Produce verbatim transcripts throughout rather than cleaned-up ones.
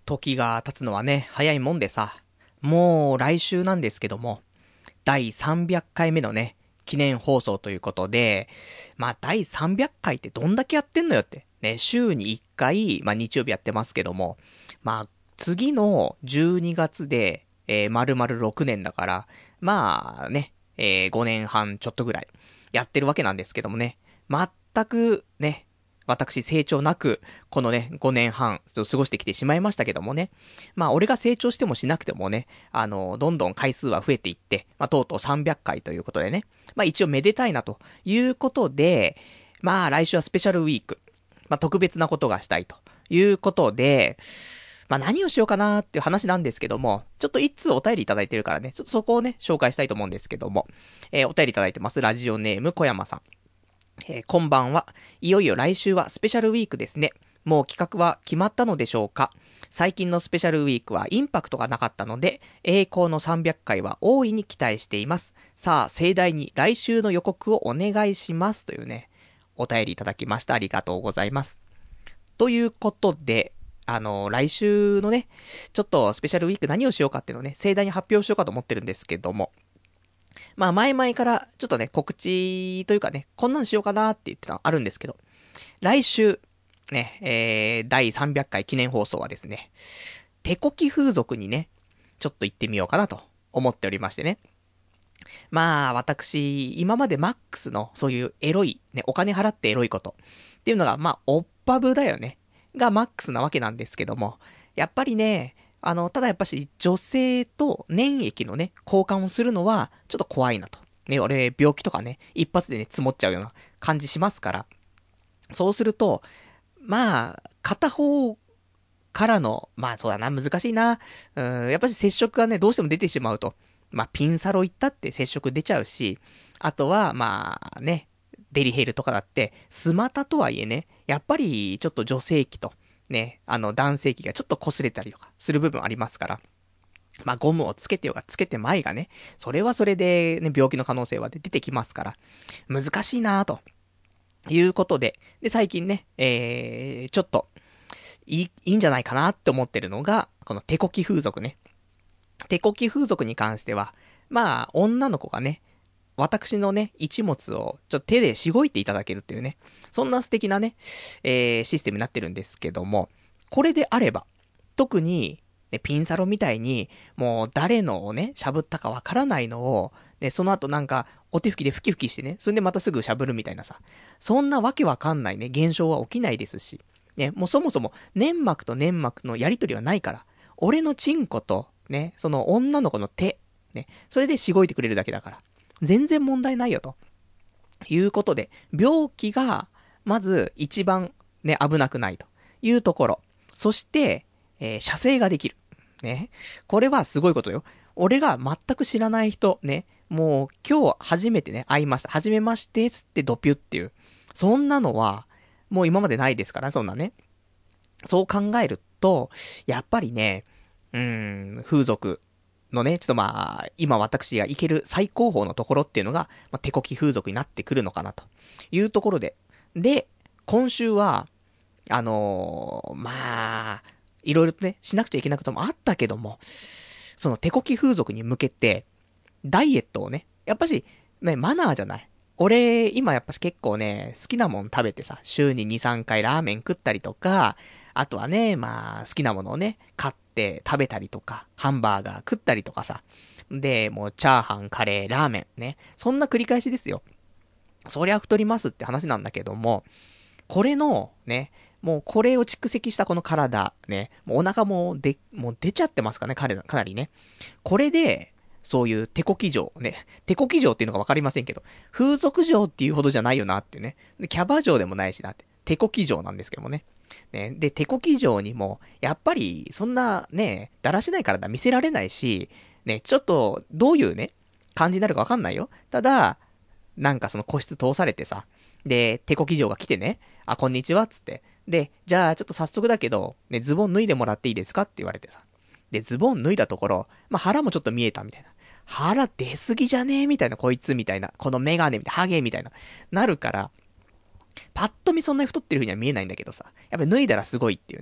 時が経つのはね、早いもんでさ、もう来週なんですけども、だいさんびゃっかいめのね、記念放送ということで、まあだいさんびゃっかいってどんだけやってんのよって。ね、週にいっかい、まあ日曜日やってますけども、まあ次のじゅうにがつで、えー、丸々ろくねんだから、まあね、えー、ごねんはんちょっとぐらいやってるわけなんですけどもね、全くね、私成長なく、このね、ごねんはん、ちょっと過ごしてきてしまいましたけどもね。まあ、俺が成長してもしなくてもね、あの、どんどん回数は増えていって、まあ、とうとうさんびゃっかいということでね。まあ、一応めでたいなということで、まあ、来週はスペシャルウィーク。まあ、特別なことがしたいということで、まあ、何をしようかなーっていう話なんですけども、ちょっと一通お便りいただいてるからね、ちょっとそこをね、紹介したいと思うんですけども、えー、お便りいただいてます。ラジオネーム小山さん。えーこんばんは。いよいよ来週はスペシャルウィークですね。もう企画は決まったのでしょうか？最近のスペシャルウィークはインパクトがなかったので、栄光のさんびゃっかいは大いに期待しています。さあ、盛大に来週の予告をお願いします。というね、お便りいただきました。ありがとうございます。ということで、あの、来週のね、ちょっとスペシャルウィーク何をしようかっていうのをね、盛大に発表しようかと思ってるんですけども、まあ前々からちょっとね、告知というかね、こんなんしようかなって言ってたのあるんですけど、来週、ね、えー、だいさんびゃっかい記念放送はですね、手こき風俗にね、ちょっと行ってみようかなと思っておりましてね。まあ、私、今までマックスの、そういうエロい、ね、お金払ってエロいこと。っていうのが、まあ、オッパブだよね。がマックスなわけなんですけども。やっぱりね、あの、ただやっぱし、女性と粘液のね、交換をするのは、ちょっと怖いなと。ね、俺、病気とかね、一発でね、積もっちゃうような感じしますから。そうすると、まあ、片方からの、まあそうだな、難しいな。うん、やっぱり接触がね、どうしても出てしまうと。まあ、ピンサロ行ったって接触出ちゃうし、あとは、まあね、デリヘルとかだって、スマタとはいえね、やっぱりちょっと女性器と、ね、あの男性器がちょっと擦れたりとかする部分ありますから、まあゴムをつけてようがつけてまいがね、それはそれでね、病気の可能性は出てきますから、難しいなぁと。いうことで、で、最近ね、えー、ちょっと、いい、いいんじゃないかなって思ってるのが、この手こき風俗ね。手こき風俗に関しては、まあ、女の子がね、私のね、一物をちょっと手でしごいていただけるっていうね、そんな素敵なね、えー、システムになってるんですけども、これであれば、特に、ね、ピンサロみたいに、もう誰のをね、しゃぶったかわからないのを、ね、その後なんか、お手拭きでふきふきしてね、それでまたすぐしゃぶるみたいなさ、そんなわけわかんないね、現象は起きないですし、ね、もうそもそも粘膜と粘膜のやりとりはないから、俺のチンコと、ね、その女の子の手、ね、それでしごいてくれるだけだから、全然問題ないよと。いうことで、病気が、まず一番ね、危なくないというところ。そして、えー射精ができる。ね。これはすごいことよ。俺が全く知らない人、ね。もう今日初めてね、会いました。初めまして、つってドピュっていう。そんなのは、もう今までないですから、そんなね。そう考えると、やっぱりね、うーん、風俗のね、ちょっとまあ、今私が行ける最高峰のところっていうのが、まあ、手こき風俗になってくるのかなというところで。で、今週は、あのー、まあ、いろいろとね、しなくちゃいけないこともあったけども、その手こき風俗に向けて、ダイエットをね、やっぱし、ね、マナーじゃない。俺、今やっぱし結構ね、好きなもん食べてさ、週にに、さんかいラーメン食ったりとか、あとはね、まあ、好きなものをね、買って食べたりとか、ハンバーガー食ったりとかさ。で、もう、チャーハン、カレー、ラーメン、ね。そんな繰り返しですよ。そりゃ太りますって話なんだけども、これの、ね、もうこれを蓄積したこの体、ね、もうお腹もで、もう出ちゃってますかね、彼、かなりね。これで、そういう手こき嬢、ね、手こき嬢っていうのがわかりませんけど、風俗嬢っていうほどじゃないよなっていうね。でキャバ嬢でもないしなって。手こき嬢なんですけどもね。ね、で、手こき嬢にも、やっぱり、そんなね、だらしない体見せられないし、ね、ちょっと、どういうね、感じになるかわかんないよ。ただ、なんかその個室通されてさ、で、手こき嬢が来てね、あ、こんにちは、っつって。で、じゃあちょっと早速だけど、ね、ズボン脱いでもらっていいですかって言われてさ。で、ズボン脱いだところ、まあ、腹もちょっと見えたみたいな。腹出すぎじゃねえみたいな、こいつみたいな。このメガネみたいな、ハゲみたいな。なるから、パッと見そんなに太ってる風には見えないんだけどさ。やっぱり脱いだらすごいっていうね。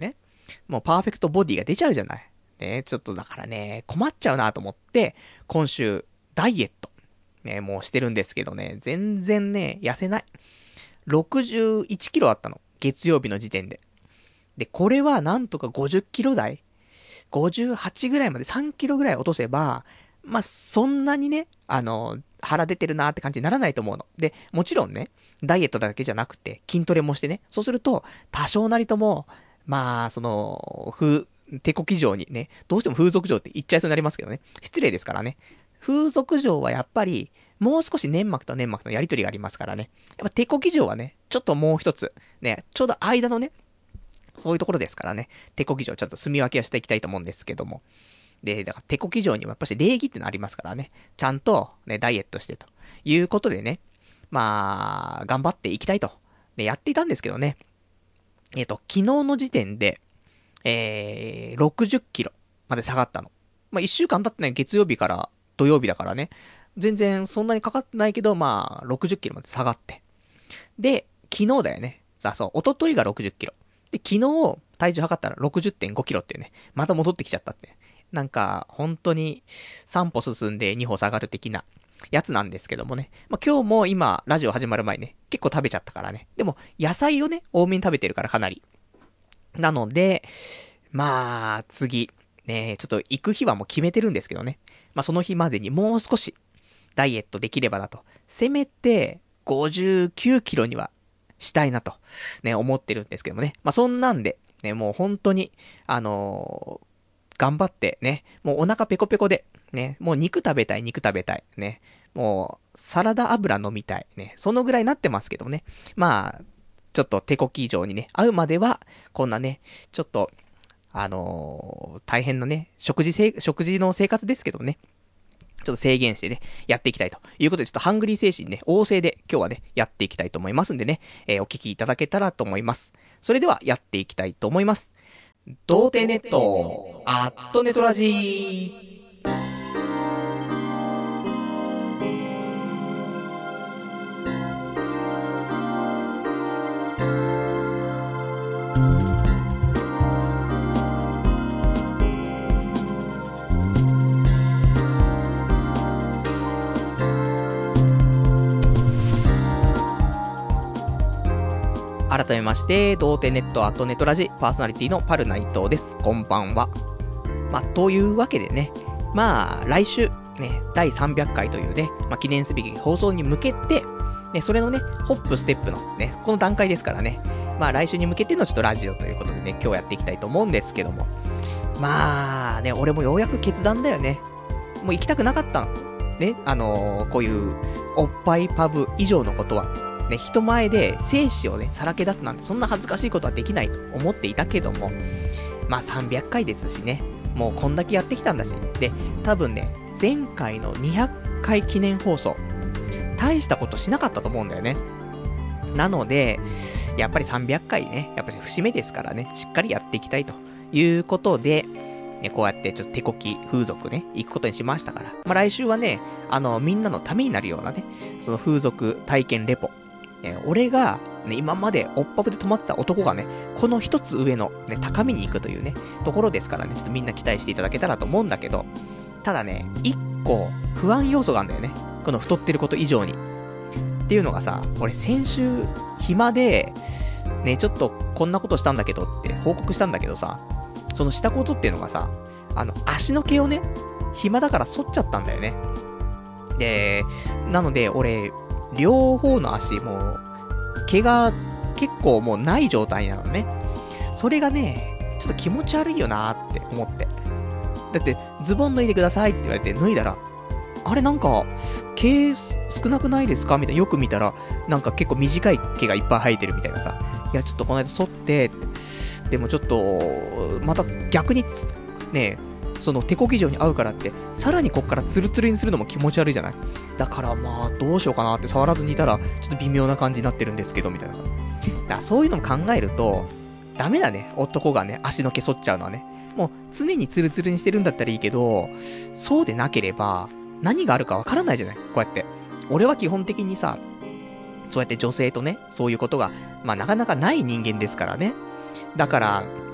もうパーフェクトボディが出ちゃうじゃない。ね、ちょっとだからね、困っちゃうなと思って、今週、ダイエット。ね、もうしてるんですけどね、全然ね、痩せない。ろくじゅういちキロあったの。月曜日の時点で。で、これはなんとかごじゅっキロ台 ?ごじゅうはち ぐらいまでさんキロぐらい落とせば、まあ、そんなにね、あの、腹出てるなーって感じにならないと思うの。で、もちろんね、ダイエットだけじゃなくて、筋トレもしてね、そうすると、多少なりとも、まあ、その、風、手こき状にね、どうしても風俗嬢って言っちゃいそうになりますけどね。失礼ですからね。風俗嬢はやっぱり、もう少し粘膜と粘膜のやりとりがありますからね。やっぱ手こき嬢はね、ちょっともう一つ、ね、ちょうど間のね、そういうところですからね、手こき嬢ちょっと住み分けはしていきたいと思うんですけども。で、だから手こき嬢にもやっぱし礼儀ってのありますからね、ちゃんとね、ダイエットしてということでね、まあ、頑張っていきたいと。で、やっていたんですけどね、えっと、昨日の時点で、えー、ろくじゅっキロまで下がったの。まあ、いっしゅうかん経ってない月曜日から土曜日だからね、全然そんなにかかってないけど、まあ、ろくじゅっキロまで下がって。で、昨日だよね。さあ、そう、一昨日がろくじゅっキロ。で、昨日、体重測ったら ろくじゅってんごキロっていうね、また戻ってきちゃったって。なんか、本当に、さん歩進んでに歩下がる的な、やつなんですけどもね。まあ、今日も今、ラジオ始まる前ね、結構食べちゃったからね。でも、野菜をね、多めに食べてるからかなり。なので、まあ、次、ね、ちょっと行く日はもう決めてるんですけどね。まあ、その日までにもう少し、ダイエットできればなと。せめて、ごじゅうきゅうキロにはしたいなと、ね、思ってるんですけどもね。まあ、そんなんで、ね、もう本当に、あのー、頑張ってね、もうお腹ペコペコで、ね、もう肉食べたい、肉食べたい、ね、もう、サラダ油飲みたい、ね、そのぐらいになってますけどね。まあ、ちょっと手こき以上にね、会うまでは、こんなね、ちょっと、あのー、大変なね、食事せ、食事の生活ですけどね。ちょっと制限してね、やっていきたいということで、ちょっとハングリー精神ね、旺盛で今日はね、やっていきたいと思いますんでね、えー、お聞きいただけたらと思います。それでは、やっていきたいと思います。童貞ネット、アットネトラジー。改めまして、童貞ネットアットネトラジパーソナリティのパルナイトです。こんばんは。まあ、というわけでね、まあ、来週、ね、だいさんびゃっかいというね、まあ、記念すべき放送に向けて、ね、それのね、ホップステップのね、この段階ですからね、まあ、来週に向けてのちょっとラジオということでね、今日やっていきたいと思うんですけども。まあ、ね、俺もようやく決断だよね。もう行きたくなかったの。ね、あのー、こういう、おっぱいパブ以上のことは。ね、人前で精子をね、さらけ出すなんてそんな恥ずかしいことはできないと思っていたけども、まあさんびゃっかいですしね、もうこんだけやってきたんだし、で、多分ね、前回のにひゃっかい記念放送、大したことしなかったと思うんだよね。なので、やっぱりさんびゃっかいね、やっぱり節目ですからね、しっかりやっていきたいということで、ね、こうやってちょっと手こき風俗ね、行くことにしましたから、まあ来週はね、あの、みんなのためになるようなね、その風俗体験レポ、えー、俺が、ね、今までおっぱぶで止まった男がね、この一つ上の、ね、高みに行くというね、ところですからね、ちょっとみんな期待していただけたらと思うんだけど、ただね、一個不安要素があるんだよね。この太ってること以上に。っていうのがさ、俺先週、暇で、ね、ちょっとこんなことしたんだけどって報告したんだけどさ、そのしたことっていうのがさ、あの、足の毛をね、暇だから剃っちゃったんだよね。で、なので俺、両方の足、もう、毛が結構もうない状態なのね。それがね、ちょっと気持ち悪いよなーって思って。だって、ズボン脱いでくださいって言われて脱いだら、あれなんか、毛少なくないですかみたいな。よく見たら、なんか結構短い毛がいっぱい生えてるみたいなさ。いや、ちょっとこの間剃って、でもちょっと、また逆に、ね、その手こき状に合うからって、さらにこっからツルツルにするのも気持ち悪いじゃない。だからまあ、どうしようかなって触らずにいたら、ちょっと微妙な感じになってるんですけど、みたいなさ。だからそういうのも考えると、ダメだね。男がね、足の毛剃っちゃうのはね。もう、常にツルツルにしてるんだったらいいけど、そうでなければ、何があるかわからないじゃない。こうやって。俺は基本的にさ、そうやって女性とね、そういうことが、まあなかなかない人間ですからね。だから、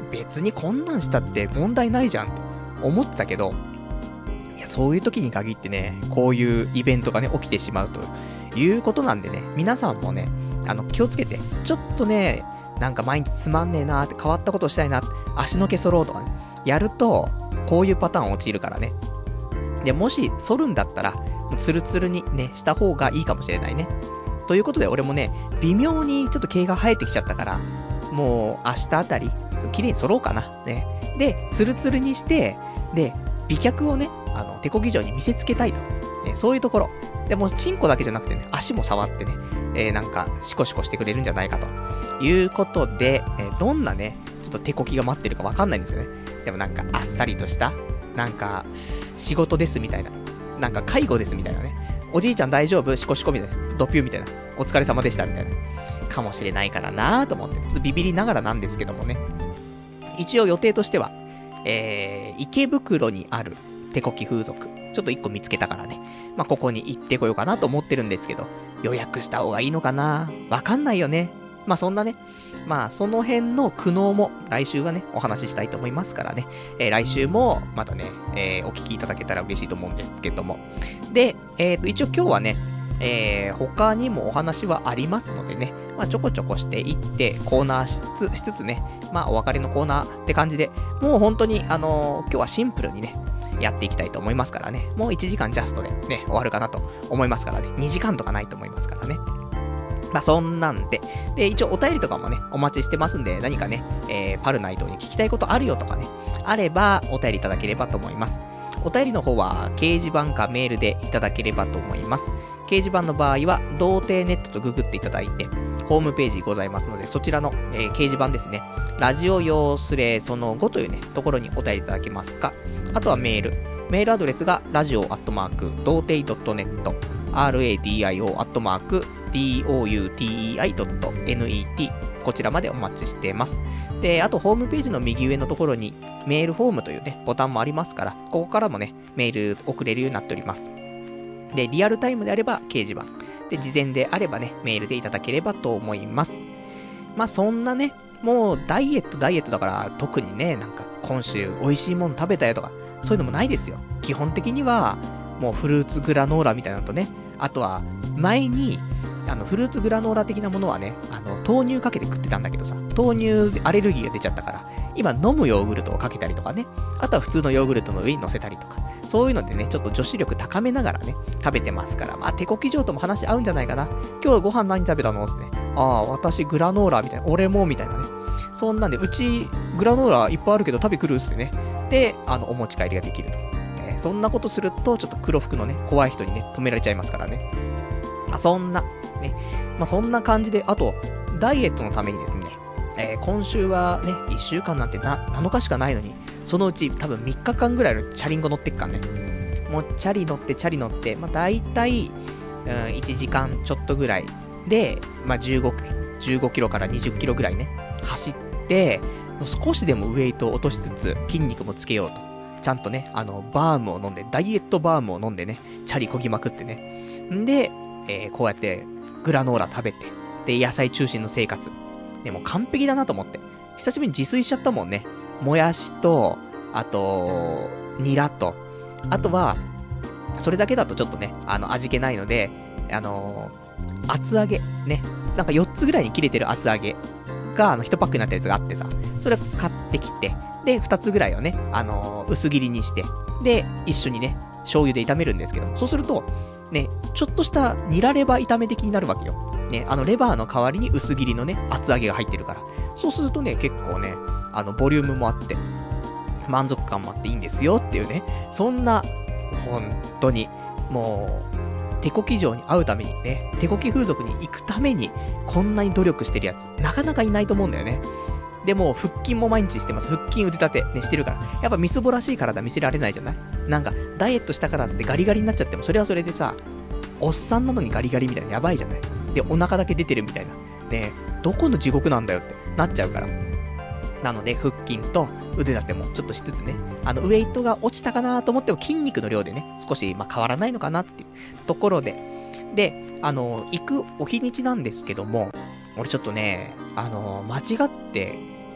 別にこんなんしたって問題ないじゃんって思ってたけど、いや、そういう時に限ってね、こういうイベントがね、起きてしまうということなんでね、皆さんもね、あの、気をつけて、ちょっとね、なんか毎日つまんねえなーって変わったことしたいな、足の毛剃ろうとかね、やると、こういうパターン陥るからね。で、もし、剃るんだったら、ツルツルにね、した方がいいかもしれないね。ということで、俺もね、微妙にちょっと毛が生えてきちゃったから、もう、明日あたり、綺麗に剃ろうかな。ね。で、ツルツルにして、で、美脚をね、あの、手こぎ場に見せつけたいと。ね、そういうところ。でも、チンコだけじゃなくてね、足も触ってね、えー、なんか、シコシコしてくれるんじゃないかと。いうことで、えー、どんなね、ちょっと手こきが待ってるかわかんないんですよね。でもなんか、あっさりとした、なんか、仕事ですみたいな。なんか、介護ですみたいなね。おじいちゃん大丈夫シコシコみたいな。ドピューみたいな。お疲れ様でしたみたいな。かもしれないからなーと思って。ちょっとビビりながらなんですけどもね。一応予定としては、えー、池袋にある手こき風俗。ちょっと一個見つけたからね。まあ、ここに行ってこようかなと思ってるんですけど、予約した方がいいのかなわかんないよね。まあ、そんなね。まあ、その辺の苦悩も来週はね、お話ししたいと思いますからね。えー、来週もまたね、えー、お聞きいただけたら嬉しいと思うんですけども。で、えーと、一応今日はね、えー、他にもお話はありますのでね、まあ、ちょこちょこしていって、コーナーしつしつつね、まあ、お別れのコーナーって感じで、もう本当に、あのー、今日はシンプルにね、やっていきたいと思いますからね、もういちじかんジャストでね、終わるかなと思いますからね、にじかんとかないと思いますからね。まあ、そんなんで、で、一応お便りとかもね、お待ちしてますんで、何かね、えー、パルナイトに聞きたいことあるよとかね、あれば、お便りいただければと思います。お便りの方は、掲示板かメールでいただければと思います。掲示板の場合は、童貞ネットとググっていただいて、ホームページございますので、そちらの、えー、掲示板ですね、ラジオ用スレそのごというね、ところにお便りいただけますか、あとはメール。メールアドレスが、ラジオアットマーク、童貞 .net、radio アットマーク、doutei.net、こちらまでお待ちしています。で、あとホームページの右上のところに、メールフォームというね、ボタンもありますから、ここからもね、メール送れるようになっております。で、リアルタイムであれば掲示板。で、事前であればね、メールでいただければと思います。まあ、そんなね、もうダイエットダイエットだから、特にね、なんか今週美味しいもの食べたよとか、そういうのもないですよ。基本的には、もうフルーツグラノーラみたいなのとね、あとは、前に、あの、フルーツグラノーラ的なものはね、あの、豆乳かけて食ってたんだけどさ、豆乳アレルギーが出ちゃったから、今飲むヨーグルトをかけたりとかね、あとは普通のヨーグルトの上に乗せたりとか、そういうのでね、ちょっと女子力高めながらね、食べてますから、まあ、手こき嬢とも話合うんじゃないかな。今日ご飯何食べたのってね、ああ、私グラノーラみたいな、俺もみたいなね。そんなんで、うちグラノーラいっぱいあるけど食べ来るっつってね。で、あの、お持ち帰りができると。えー、そんなことすると、ちょっと黒服のね、怖い人にね、止められちゃいますからね。まあ、そんな、ね。まあ、そんな感じで、あと、ダイエットのためにですね、えー、今週はね、いっしゅうかんなんてななのかしかないのに、そのうち多分みっかかんぐらいのチャリンコ乗ってっからね。もうチャリ乗ってチャリ乗って、まあ大体、うん、いちじかんちょっとぐらいで、まあじゅうご、じゅうごキロからにじゅっキロぐらいね、走って、もう少しでもウエイトを落としつつ、筋肉もつけようと。ちゃんとね、あの、バームを飲んで、ダイエットバームを飲んでね、チャリこぎまくってね。んで、えー、こうやってグラノーラ食べて、で、野菜中心の生活。でも完璧だなと思って。久しぶりに自炊しちゃったもんね。もやしと、あと、ニラと、あとは、それだけだとちょっとね、あの、味気ないので、あのー、厚揚げ、ね。なんかよっつぐらいに切れてる厚揚げが、あの、いちパックになったやつがあってさ、それ買ってきて、で、ふたつぐらいをね、あのー、薄切りにして、で、一緒にね、醤油で炒めるんですけど、そうすると、ね、ちょっとしたニラレバ炒め的になるわけよ。ね、あの、レバーの代わりに薄切りのね、厚揚げが入ってるから。そうするとね、結構ね、あの、ボリュームもあって、満足感もあっていいんですよっていうね、そんな、本当に、もう、手こき嬢に会うためにね、手こき風俗に行くために、こんなに努力してるやつ、なかなかいないと思うんだよね。でも、腹筋も毎日してます。腹筋腕立て、ね、してるから。やっぱみすぼらしい体見せられないじゃない？なんか、ダイエットしたからっつってガリガリになっちゃっても、それはそれでさ、おっさんなのにガリガリみたいなやばいじゃない？で、お腹だけ出てるみたいな。ね、どこの地獄なんだよってなっちゃうから。なので、腹筋と腕立てもちょっとしつつね、あの、ウェイトが落ちたかなと思っても筋肉の量でね、少し、まあ、変わらないのかなっていうところで。で、あの、行くお日にちなんですけども、俺ちょっとね、あの、間違って、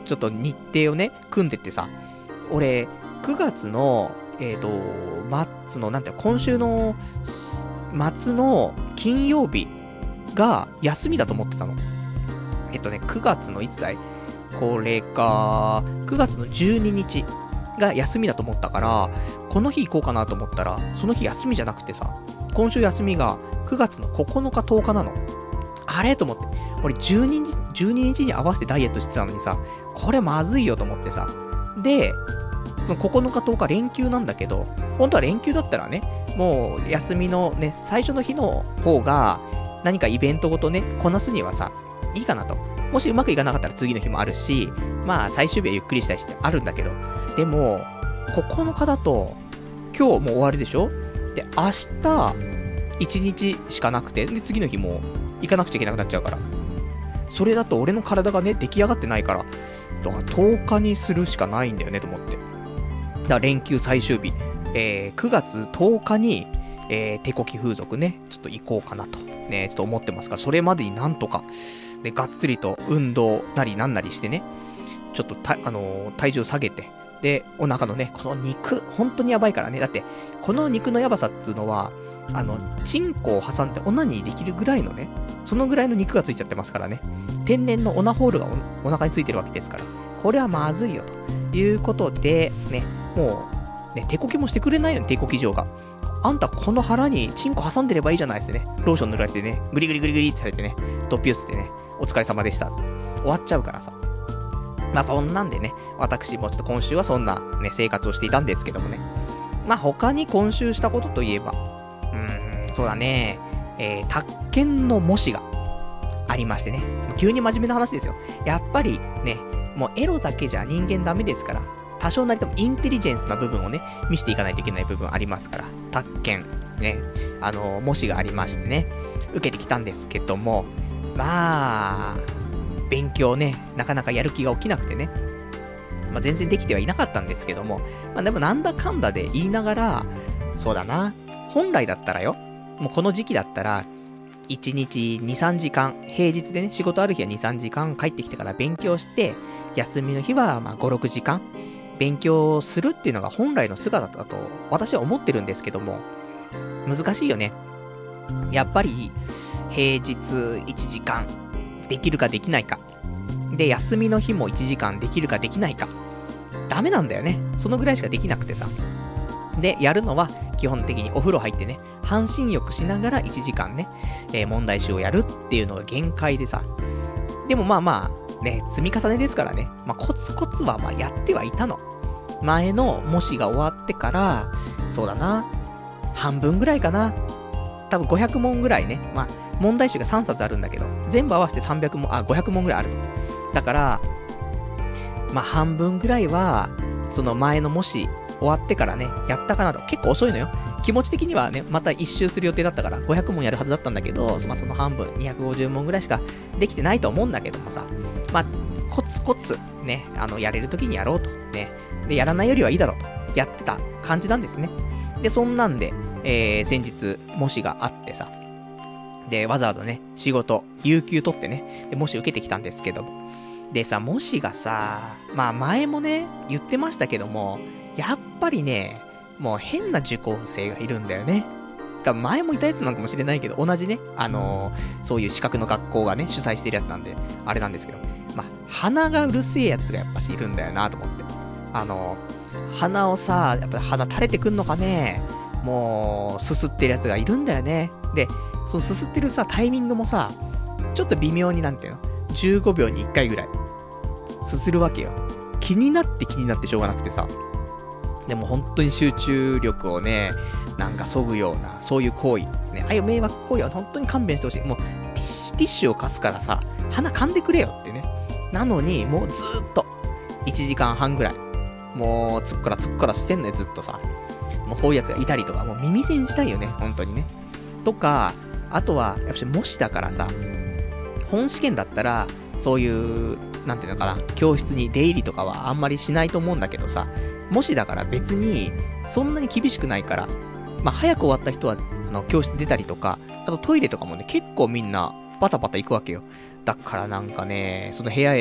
ちょっと日程をね、組んでってさ、俺、くがつの、えっと、末の、なんていうの、今週の、末の金曜日が休みだと思ってたの。えっとね、くがつのいつだいこれか、くがつのじゅうににちが休みだと思ったから、この日行こうかなと思ったら、その日休みじゃなくてさ、今週休みがくがつのここのかとおかなの。あれと思って。俺じゅうににち、じゅうににちに合わせてダイエットしてたのにさ、これまずいよと思ってさ。で、そのここのかとおか連休なんだけど、本当は連休だったらね、もう休みのね、最初の日の方が、何かイベントごとね、こなすにはさ、いいかなと。もしうまくいかなかったら次の日もあるし、まあ最終日はゆっくりしたりしてあるんだけど、でも、ここのかだと、今日もう終わりでしょ？で、明日、いちにちしかなくて、で、次の日も行かなくちゃいけなくなっちゃうから。それだと俺の体がね、出来上がってないから、だからとおかにするしかないんだよねと思って。だから連休最終日、えー、くがつとおかに、えー、手こき風俗ね、ちょっと行こうかなと、ね、ちょっと思ってますから、それまでになんとか、で、がっつりと運動なりなんなりしてね、ちょっとた、あのー、体重下げて、で、お腹のね、この肉、本当にやばいからね。だって、この肉のやばさっつうのは、あの、チンコを挟んでオナニーできるぐらいのね、そのぐらいの肉がついちゃってますからね。天然のオナホールが お, お腹についてるわけですから。これはまずいよ、ということで、ね、もう、ね、手こきもしてくれないよね、手こき状が。あんたこの腹にチンコ挟んでればいいじゃないですね。ローション塗られてね、グリグリグリグリってされてね、ドッピュースってね、お疲れ様でした。終わっちゃうからさ。まあそんなんでね、私もちょっと今週はそんなね、生活をしていたんですけどもね。まあ他に今週したことといえば、うーん、そうだね、えー、宅建の模試がありましてね。急に真面目な話ですよ。やっぱりね、もうエロだけじゃ人間ダメですから、多少なりともインテリジェンスな部分をね、見せていかないといけない部分ありますから、宅建、ね、あのー、模試がありましてね、受けてきたんですけども、まあ、勉強ね、なかなかやる気が起きなくてね、まあ、全然できてはいなかったんですけども、まあでもなんだかんだで言いながら、そうだな、本来だったらよ、もうこの時期だったら、いちにちに、さんじかん、平日でね、仕事ある日はに、さんじかん帰ってきてから勉強して、休みの日はまあご、ろくじかん、勉強するっていうのが本来の姿だと私は思ってるんですけども、難しいよね。やっぱり平日いちじかんできるかできないかで、休みの日もいちじかんできるかできないか、ダメなんだよね。そのぐらいしかできなくてさ。で、やるのは基本的にお風呂入ってね、半身浴しながらいちじかんね、えー、問題集をやるっていうのが限界でさ。でもまあまあね、積み重ねですからね、まあコツコツはまあやってはいたの。前の模試が終わってから、そうだな、半分ぐらいかな。多分ごひゃくもんぐらいね。まあ、問題集がさんさつあるんだけど、全部合わせてさんびゃくもん、あ、ごひゃくもんぐらいある。だから、まあ半分ぐらいは、その前の模試終わってからね、やったかなと。結構遅いのよ。気持ち的にはね、また一周する予定だったから、ごひゃくもんやるはずだったんだけど、まあその半分、にひゃくごじゅうもんぐらいしかできてないと思うんだけどもさ。まあ、コツコツ、ね、あの、やれる時にやろうと。ね。で、やらないよりはいいだろうと。やってた感じなんですね。で、そんなんで、えー、先日、模試があってさ。で、わざわざね、仕事、有給取ってね、で、模試受けてきたんですけど。でさ、模試がさ、まあ前もね、言ってましたけども、やっぱりね、もう変な受講生がいるんだよね。が前もいたやつなのかもしれないけど、同じね、あのー、そういう資格の学校がね、主催してるやつなんで、あれなんですけど、まあ、鼻がうるせえやつがやっぱしいるんだよなと思って。あのー、鼻をさ、やっぱ鼻垂れてくんのかね、もう、すすってるやつがいるんだよね。で、そのすすってるさ、タイミングもさ、ちょっと微妙になんていうの、じゅうごびょうにいっかいぐらい、すするわけよ。気になって気になってしょうがなくてさ。でも本当に集中力をね、なんか削ぐような、そういう行為。ね、ああいう迷惑行為は本当に勘弁してほしい。もう、ティッシュ、ティッシュを貸すからさ、鼻噛んでくれよってね。なのに、もうずーっと、いちじかんはんぐらい、もう、つっからつっからしてんのよ、ずっとさ。もうこういうやつがいたりとか、もう耳栓したいよね、本当にね。とか、あとは、やっぱり模試だからさ、本試験だったら、そういう、なんていうのかな、教室に出入りとかはあんまりしないと思うんだけどさ、模試だから別に、そんなに厳しくないから、まあ、早く終わった人は、あの、教室出たりとか、あとトイレとかもね、結構みんな、バタバタ行くわけよ。だからなんかね、その部屋への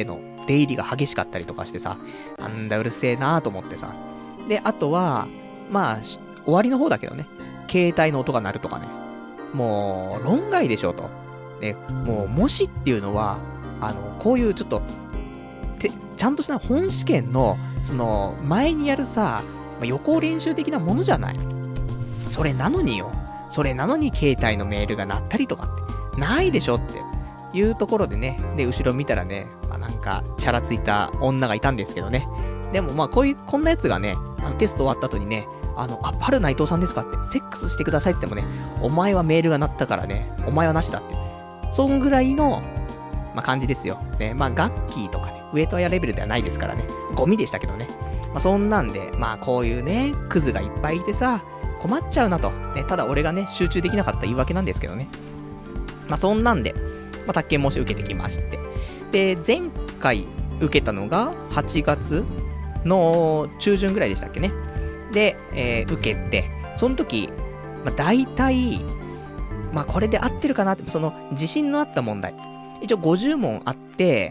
出入りが激しかったりとかしてさ、なんだうるせえなーと思ってさ。で、あとは、まあ、終わりの方だけどね、携帯の音が鳴るとかね。もう、論外でしょと。ね、もう、模試っていうのは、あの、こういうちょっと、て、ちゃんとした本試験の、その、前にやるさ、まあ、予行練習的なものじゃない。それなのによ。それなのに携帯のメールが鳴ったりとかって、ないでしょっていうところでね、で、後ろ見たらね、まあ、なんか、チャラついた女がいたんですけどね。でもまあ、こういう、こんなやつがね、あのテスト終わった後にね、あの、あ、パル内藤さんですかって、セックスしてくださいって言ってもね、お前はメールが鳴ったからね、お前はなしだって。そんぐらいの、まあ、感じですよ。ね、まあ、ガッキーとかね、ウェイトやレベルではないですからね、ゴミでしたけどね。まあ、そんなんで、まあ、こういうね、クズがいっぱいいてさ、困っちゃうなと。ね、ただ俺がね、集中できなかった言い訳なんですけどね。まあ、そんなんで、まあ、宅建模試受けてきまして。で、前回受けたのがはちがつの中旬ぐらいでしたっけね。で、えー、受けて、その時、まあ、大体、まあ、これで合ってるかなって、その、自信のあった問題。一応ごじゅう問あって、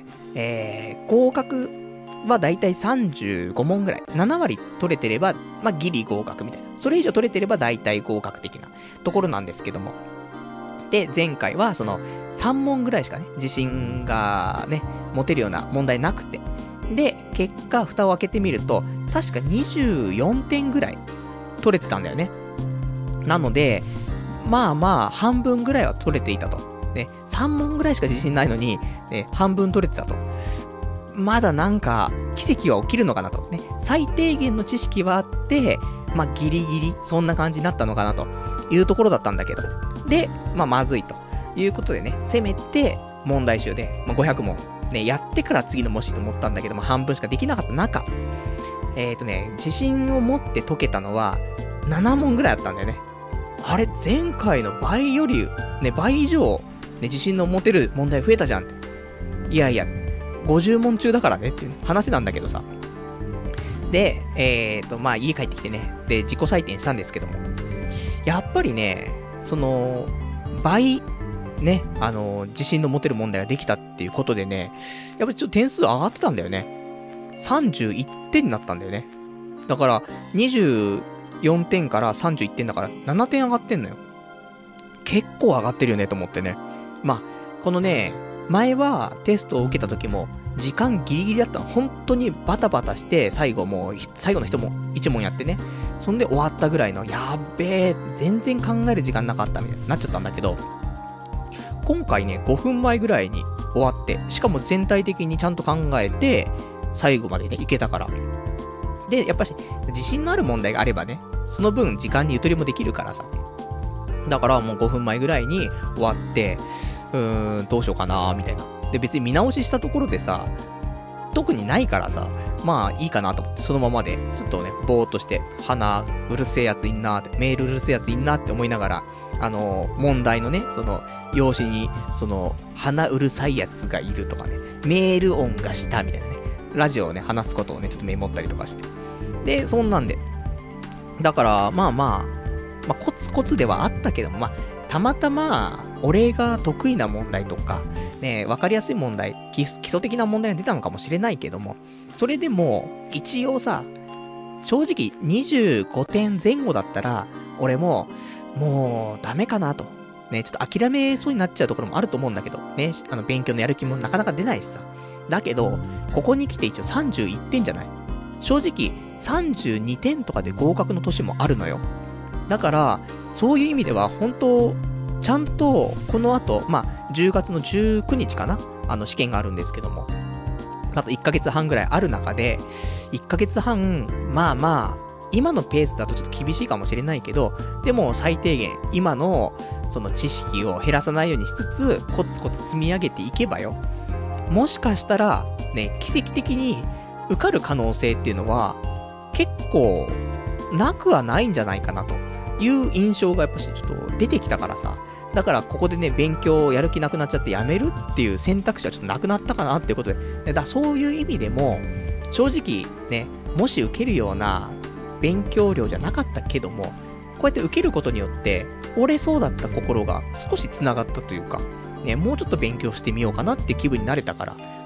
えー、合格は大体さんじゅうご問ぐらい。なな割取れてれば、まあ、ギリ合格みたいな。それ以上取れてれば大体合格的なところなんですけども。で、前回はそのさん問ぐらいしかね、自信がね、持てるような問題なくて。で、結果、蓋を開けてみると、確かにじゅうよんてんぐらい取れてたんだよね。なので、まあまあ、半分ぐらいは取れていたと。ね、さん問ぐらいしか自信ないのに、ね、半分取れてたと。まだなんか、奇跡は起きるのかなと。ね、最低限の知識はあって、まあギリギリ、そんな感じになったのかなというところだったんだけど。で、まあまずいということでね、せめて問題集で、まあ、ごひゃく問、ね、やってから次の模試と思ったんだけども、半分しかできなかった中、えーとね、自信を持って解けたのは、なな問ぐらいあったんだよね。あれ、前回の倍より、ね、倍以上、ね、自信の持てる問題増えたじゃんって。いやいや、ごじゅう問中だからねっていう話なんだけどさ。で、えーと、まあ家帰ってきてね、で、自己採点したんですけども、やっぱりね、その、倍、ね、あの、自信の持てる問題ができたっていうことでね、やっぱりちょっと点数上がってたんだよね。さんじゅういってんになったんだよね。だから、にじゅうよんてんからさんじゅういってんだから、ななてん上がってんのよ。結構上がってるよねと思ってね。まあ、このね、前はテストを受けた時も、時間ギリギリだったの。本当にバタバタして、最後もう、最後の人もいち問やってね。そんで終わったぐらいの、やっべえ、全然考える時間なかったみたいになっちゃったんだけど、今回ね、ごふんまえぐらいに終わって、しかも全体的にちゃんと考えて、最後までね、いけたから。で、やっぱし、自信のある問題があればね、その分時間にゆとりもできるからさ。だからもうごふんまえぐらいに終わって、うーん、どうしようかなーみたいな。で、別に見直ししたところでさ、特にないからさ、まあいいかなと思って、そのままで、ちょっとね、ぼーっとして、鼻、うるせえやついんなーって、メールうるせえやついんなーって思いながら、あのー、問題のね、その、用紙に、その、鼻うるさいやつがいるとかね、メール音がしたみたいなね、ラジオをね、話すことをね、ちょっとメモったりとかして。で、そんなんで。だから、まあまあ、まあ、コツコツではあったけども、まあ、たまたま、俺が得意な問題とか、ね、わかりやすい問題、基礎的な問題が出たのかもしれないけども、それでも、一応さ、正直にじゅうごてんぜん後だったら、俺も、もう、ダメかなと。ね、ちょっと諦めそうになっちゃうところもあると思うんだけど、ね、あの、勉強のやる気もなかなか出ないしさ。だけど、ここに来て一応さんじゅういってんじゃない？正直、さんじゅうにてんとかで合格の年もあるのよ。だから、そういう意味では、本当ちゃんと、この後、まあ、じゅうがつのじゅうくにちかな？あの、試験があるんですけども。あといっかげつはんぐらいある中で、いっかげつはん、まあまあ、今のペースだとちょっと厳しいかもしれないけど、でも最低限、今の、その知識を減らさないようにしつつ、コツコツ積み上げていけばよ。もしかしたら、ね、奇跡的に受かる可能性っていうのは、結構、なくはないんじゃないかなという印象がやっぱしちょっと出てきたからさ。だからここでね、勉強やる気なくなっちゃってやめるっていう選択肢はちょっとなくなったかなっていうことで。だからそういう意味でも、正直ね、もし受けるような勉強量じゃなかったけども、こうやって受けることによって、折れそうだった心が少し繋がったというか、ね、もうちょっと勉強してみようかなって気分になれたから、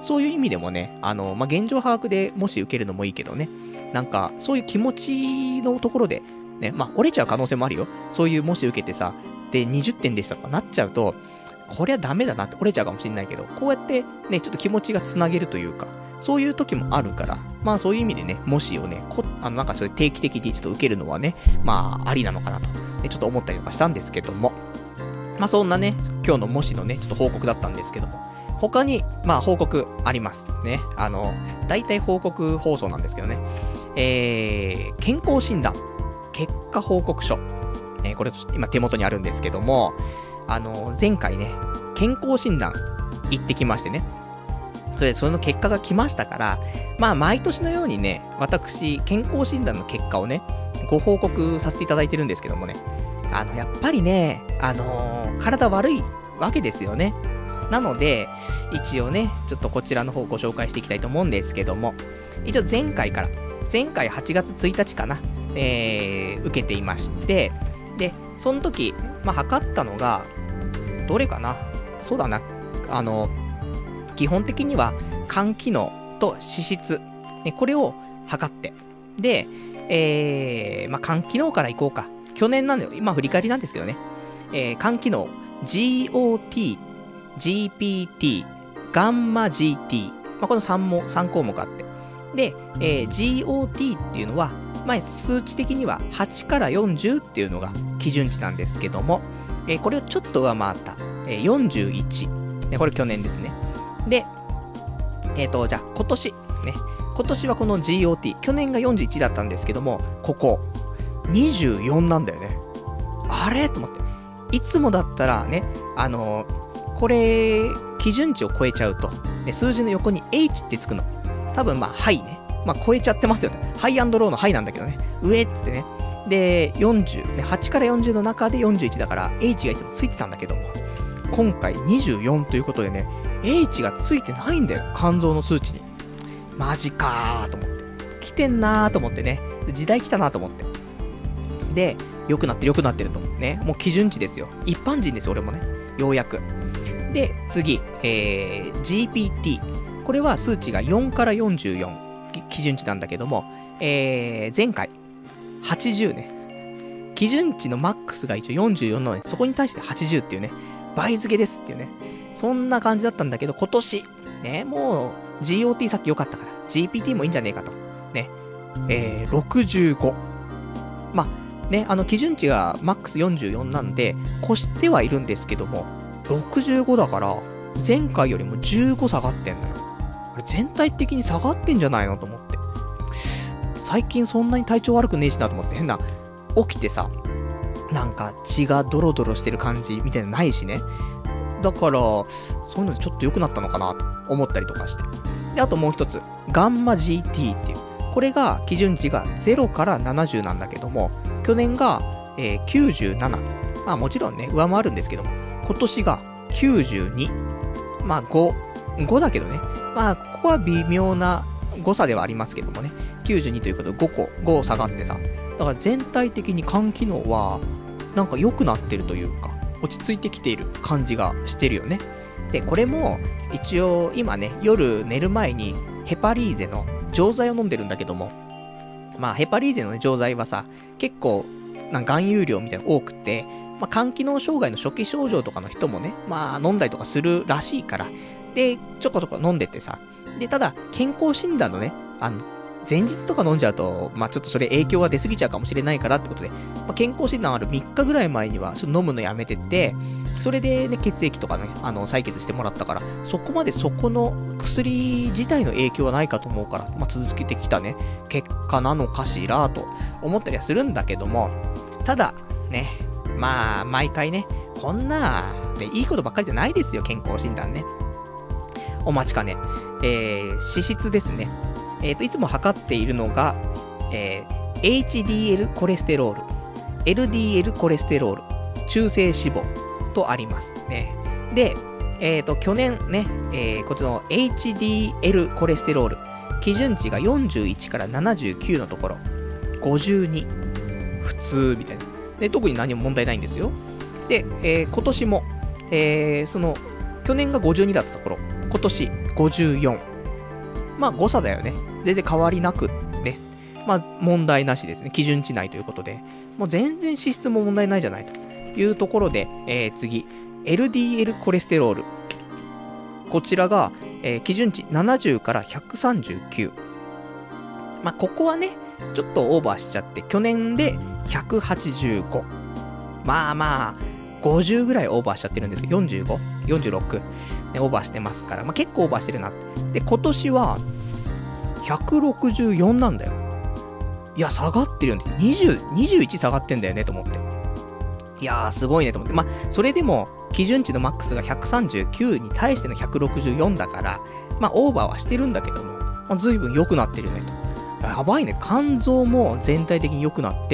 そういう意味でもね、あの、まあ、現状把握でもし受けるのもいいけどね、なんか、そういう気持ちのところで、ね、まあ、折れちゃう可能性もあるよ。そういう、もし受けてさ、で、にじゅってんでしたとかなっちゃうと、これはダメだなって折れちゃうかもしれないけど、こうやってね、ちょっと気持ちがつなげるというか、そういう時もあるから、まあそういう意味でね、もしをね、こあのなんかちょっと定期的にちょっと受けるのはね、まあありなのかなと、ね、ちょっと思ったりとかしたんですけども、まあそんなね、今日のもしのね、ちょっと報告だったんですけども、他に、まあ報告ありますね。あの、大体報告放送なんですけどね、えー、健康診断、結果報告書、えー、これ今手元にあるんですけども、あの、前回ね、健康診断行ってきましてね、それでその結果が来ましたから、まあ毎年のようにね、私、健康診断の結果をね、ご報告させていただいてるんですけどもね、あの、やっぱりね、あのー、体悪いわけですよね。なので、一応ね、ちょっとこちらの方ご紹介していきたいと思うんですけども、一応前回から、前回はちがつついたちかな、えー、受けていまして、で、その時、まあ測ったのが、どれかな、そうだな、あの、基本的には肝機能と脂質、ね、これを測って、で、えー、まあ、肝機能からいこうか。去年なんだよ、今振り返りなんですけどね、えー、肝機能 ジーオーティー、ジーピーティー、ガンマ ジーティー、まあ、この 3, もさん項目あって、で、えー、ジーオーティー っていうのは、まあ、数値的にははちからよんじゅうっていうのが基準値なんですけども、えー、これをちょっと上回った、えー、よんじゅういち、ね、これ去年ですね。で、えっと、じゃあ、今年、ね。今年はこの ジーオーティー、去年がよんじゅういちだったんですけども、ここ、にじゅうよんなんだよね。あれと思って。いつもだったらね、あのー、これ、基準値を超えちゃうと、ね、数字の横に H ってつくの。多分、まあ、ハイね。まあ、超えちゃってますよね。ハイアンドローのハイなんだけどね。上っつってね。で、よんじゅう、ね、はちからよんじゅうの中でよんじゅういちだから、H がいつもついてたんだけども、今回にじゅうよんということでね、H がついてないんだよ、肝臓の数値に。マジかーと思って。来てんなーと思ってね。時代来たなと思って。で、良くなってる良くなってると。ね。もう基準値ですよ。一般人ですよ、俺もね。ようやく。で、次、えー、ジーピーティー。これは数値がよんからよんじゅうよん。基準値なんだけども、えー、前回、はちじゅうね。基準値のマックスが一応よんじゅうよんなので、そこに対してはちじゅうっていうね。倍付けですっていうね。そんな感じだったんだけど、今年、ね、もう、ジーオーティー さっき良かったから、ジーピーティー もいいんじゃねえかと。ね。えー、ろくじゅうご。まあ、ね、あの、基準値がマックスよんじゅうよんなんで、越してはいるんですけども、ろくじゅうごだから、前回よりもじゅうご下がってんのよ。あれ、全体的に下がってんじゃないのと思って。最近そんなに体調悪くねえしなと思って、変な、起きてさ、なんか血がドロドロしてる感じみたいなのないしね。だから、そういうのでちょっと良くなったのかなと思ったりとかして。で、あともう一つ、ガンマ ジーティー っていう。これが、基準値がゼロからななじゅうなんだけども、去年が、えー、きゅうじゅうなな。まあもちろんね、上回るんですけども、今年がきゅうじゅうに。まあご、ごだけどね。まあ、ここは微妙な誤差ではありますけどもね。きゅうじゅうにということでごこ、ご下がってさ。だから全体的に肝機能は、なんか良くなってるというか、落ち着いてきている感じがしてるよね。で、これも、一応、今ね、夜寝る前に、ヘパリーゼの錠剤を飲んでるんだけども、まあ、ヘパリーゼの、ね、錠剤はさ、結構、なんか含有量みたいなの多くて、まあ、肝機能障害の初期症状とかの人もね、まあ、飲んだりとかするらしいから、で、ちょこちょこ飲んでてさ、で、ただ、健康診断のね、あの、前日とか飲んじゃうと、まあちょっとそれ影響が出過ぎちゃうかもしれないからってことで、まあ、健康診断あるみっかぐらい前には、ちょっと飲むのやめてて、それでね、血液とかね、あの、採血してもらったから、そこまでそこの薬自体の影響はないかと思うから、まあ続けてきたね、結果なのかしら、と思ったりはするんだけども、ただ、ね、まあ、毎回ね、こんな、ね、いいことばっかりじゃないですよ、健康診断ね。お待ちかね。えー、脂質ですね。えっと、いつも測っているのが、えー、エイチディーエル コレステロール、エルディーエル コレステロール、中性脂肪とありますね。で、えっと、去年ね、えー、こっちの エイチディーエル コレステロール、基準値がよんじゅういちからななじゅうきゅうのところ、ごじゅうに、普通みたいな。で、特に何も問題ないんですよ。で、えー、今年も、えー、その、去年がごじゅうにだったところ、今年ごじゅうよん。まあ誤差だよね。全然変わりなくね。まあ問題なしですね。基準値内ということで。もう全然脂質も問題ないじゃないというところで、えー、次。エルディーエル コレステロール。こちらが、えー、基準値ななじゅうからひゃくさんじゅうきゅう。まあここはね、ちょっとオーバーしちゃって、去年でひゃくはちじゅうご。まあまあ、ごじゅうぐらいオーバーしちゃってるんですけど、よんじゅうご、よんじゅうろく、ね、オーバーしてますから、まあ結構オーバーしてるな。で、今年は、ひゃくろくじゅうよんなんだよ。いや、下がってるよね。にじゅう、にじゅういち下がってんだよね、と思って。いやー、すごいね、と思って。まあ、それでも、基準値のマックスがひゃくさんじゅうきゅうに対してのひゃくろくじゅうよんだから、まあ、オーバーはしてるんだけども、まあ、随分良くなってるよね、と。やばいね。肝臓も全体的に良くなって、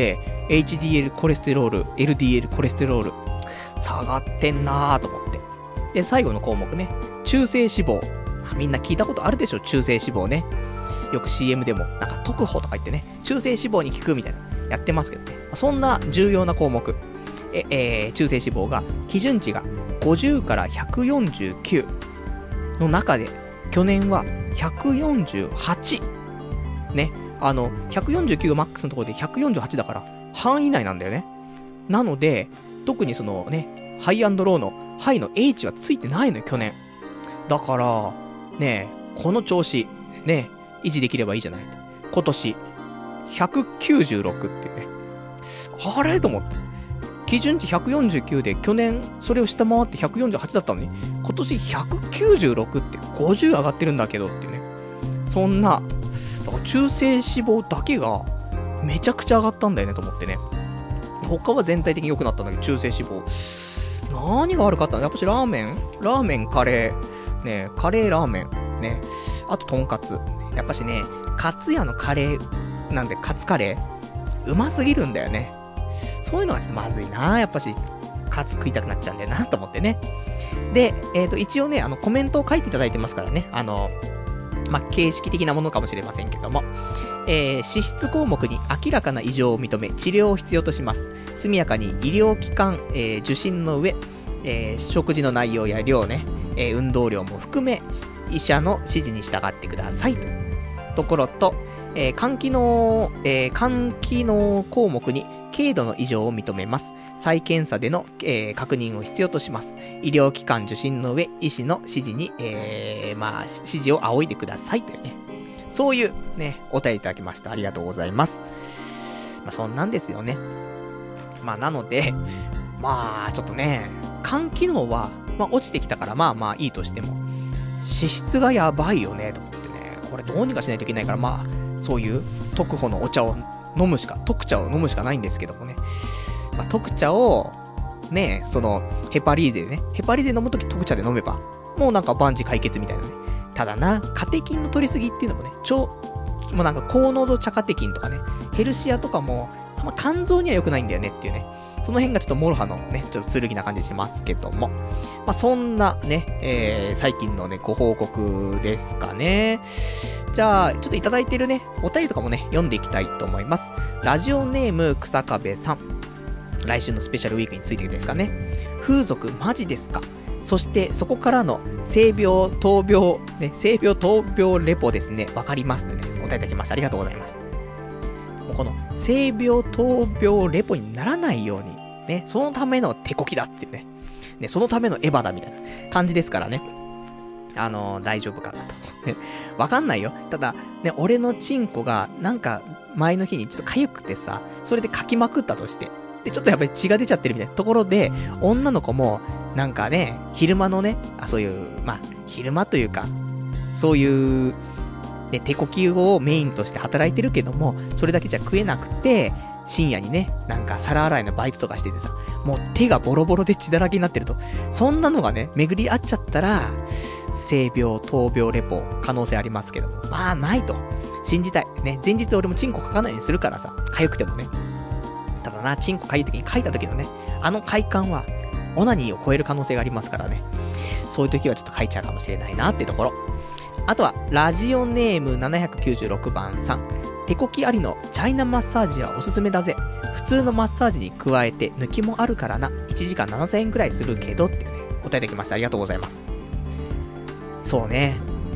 エイチディーエル コレステロール、エルディーエル コレステロール、下がってんなーと思って。で、最後の項目ね。中性脂肪。みんな聞いたことあるでしょ、中性脂肪ね。よく シーエム でも、なんか特保とか言ってね、中性脂肪に効くみたいな、やってますけどね。そんな重要な項目。え、えー、中性脂肪が、基準値がごじゅうからひゃくよんじゅうきゅうの中で、去年はひゃくよんじゅうはち。ね。あの、ひゃくよんじゅうきゅうがマックスのところでひゃくよんじゅうはちだから、半以内なんだよね。なので、特にそのね、ハイ&ローの、ハイの H はついてないのよ、去年。だから、ね、この調子、ね、維持できればいいじゃない。今年、ひゃくきゅうじゅうろくっていうね。あれと思って。基準値ひゃくよんじゅうきゅうで、去年それを下回ってひゃくよんじゅうはちだったのに、今年ひゃくきゅうじゅうろくってごじゅう上がってるんだけどっていうね。そんな、だから中性脂肪だけがめちゃくちゃ上がったんだよねと思ってね。他は全体的に良くなったんだけど、中性脂肪。何が悪かったの？やっぱしラーメンラーメン、カレー。ね、カレー、ラーメン。ね。あと、とんかつ。やっぱしね、カツ屋のカレー、なんで、カツカレー、うますぎるんだよね。そういうのがちょっとまずいな。やっぱし、カツ食いたくなっちゃうんだよな、と思ってね。で、えっと、一応ね、あの、コメントを書いていただいてますからね。あの、まあ、形式的なものかもしれませんけども。えー、脂質項目に明らかな異常を認め、治療を必要とします。速やかに医療機関、えー、受診の上、えー、食事の内容や量ね、えー、運動量も含め、医者の指示に従ってくださいと。ところと、えー、肝機能、えー、肝機能項目に軽度の異常を認めます。再検査での、えー、確認を必要とします。医療機関受診の上、医師の指示に、えー、まあ、指示を仰いでくださいというね。そういうね、お便りいただきました。ありがとうございます。まあ、そんなんですよね。まあ、なので、まあ、ちょっとね、肝機能は、まあ、落ちてきたから、まあまあいいとしても、脂質がやばいよね、と思ってね。これどうにかしないといけないから、まあ、そういう特保のお茶を飲むしか、特茶を飲むしかないんですけどもね。まあ、特茶を、ね、その、ヘパリーゼでね、ヘパリーゼ飲むとき特茶で飲めば、もうなんか万事解決みたいなね。ただな、カテキンの取りすぎっていうのもね、超、もうなんか高濃度茶カテキンとかね、ヘルシアとかも、まあ、肝臓には良くないんだよねっていうね。その辺がちょっとモロハのね、ちょっと剣な感じしますけども。まあ、そんなね、えー、最近のね、ご報告ですかね。じゃあ、ちょっといただいてるね、お便りとかもね、読んでいきたいと思います。ラジオネーム、草壁さん。来週のスペシャルウィークについてですかね。風俗マジですか？そしてそこからの性病、闘病、ね、性病、闘病レポですね。わかりますとね、お便りいただきました。ありがとうございます。もうこの、性病、闘病レポにならないように、ね、そのための手こきだっていうね。ね、そのためのエヴァだみたいな感じですからね。あのー、大丈夫かなと。ね、わかんないよ。ただ、ね、俺のチンコが、なんか、前の日にちょっと痒くてさ、それで書きまくったとして。で、ちょっとやっぱり血が出ちゃってるみたいなところで、女の子も、なんかね、昼間のね、あ、そういう、まあ、昼間というか、そういう、ね、手こきをメインとして働いてるけども、それだけじゃ食えなくて、深夜にね、なんか皿洗いのバイトとかしててさ、もう手がボロボロで血だらけになってると、そんなのがね、巡り合っちゃったら、性病、闘病レポ、可能性ありますけども、まあ、ないと。信じたい。ね、前日俺もチンコ書かないようにするからさ、痒くてもね。ただな、チンコ書いた時に書いた時のね、あの快感は、オナニーを超える可能性がありますからね。そういう時はちょっと書いちゃうかもしれないなっていうところ。あとは、ラジオネームななひゃくきゅうじゅうろくばんさん。手こきありのチャイナマッサージはおすすめだぜ。普通のマッサージに加えて抜きもあるからな。いちじかんななせんえんくらいするけどっていうね、お答えできました。ありがとうございます。そうね。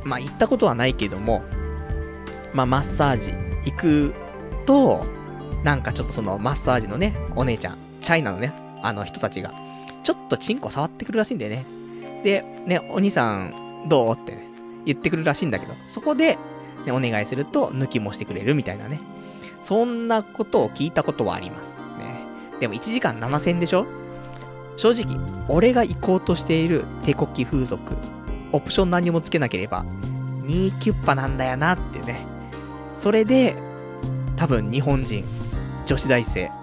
まあ行ったことはないけども、まあマッサージ行くと、なんかちょっとそのマッサージのね、お姉ちゃん、チャイナのね、あの人たちが、ちょっとチンコ触ってくるらしいんだよね。で、ね、お兄さん、どうってね、言ってくるらしいんだけど、そこで、ね、お願いすると、抜きもしてくれるみたいなね。そんなことを聞いたことはあります。ね。でもいちじかんななせんでしょ？正直、俺が行こうとしている手こき風俗、オプション何もつけなければ、にキュッパなんだよなってね。それで、多分日本人、女子大生、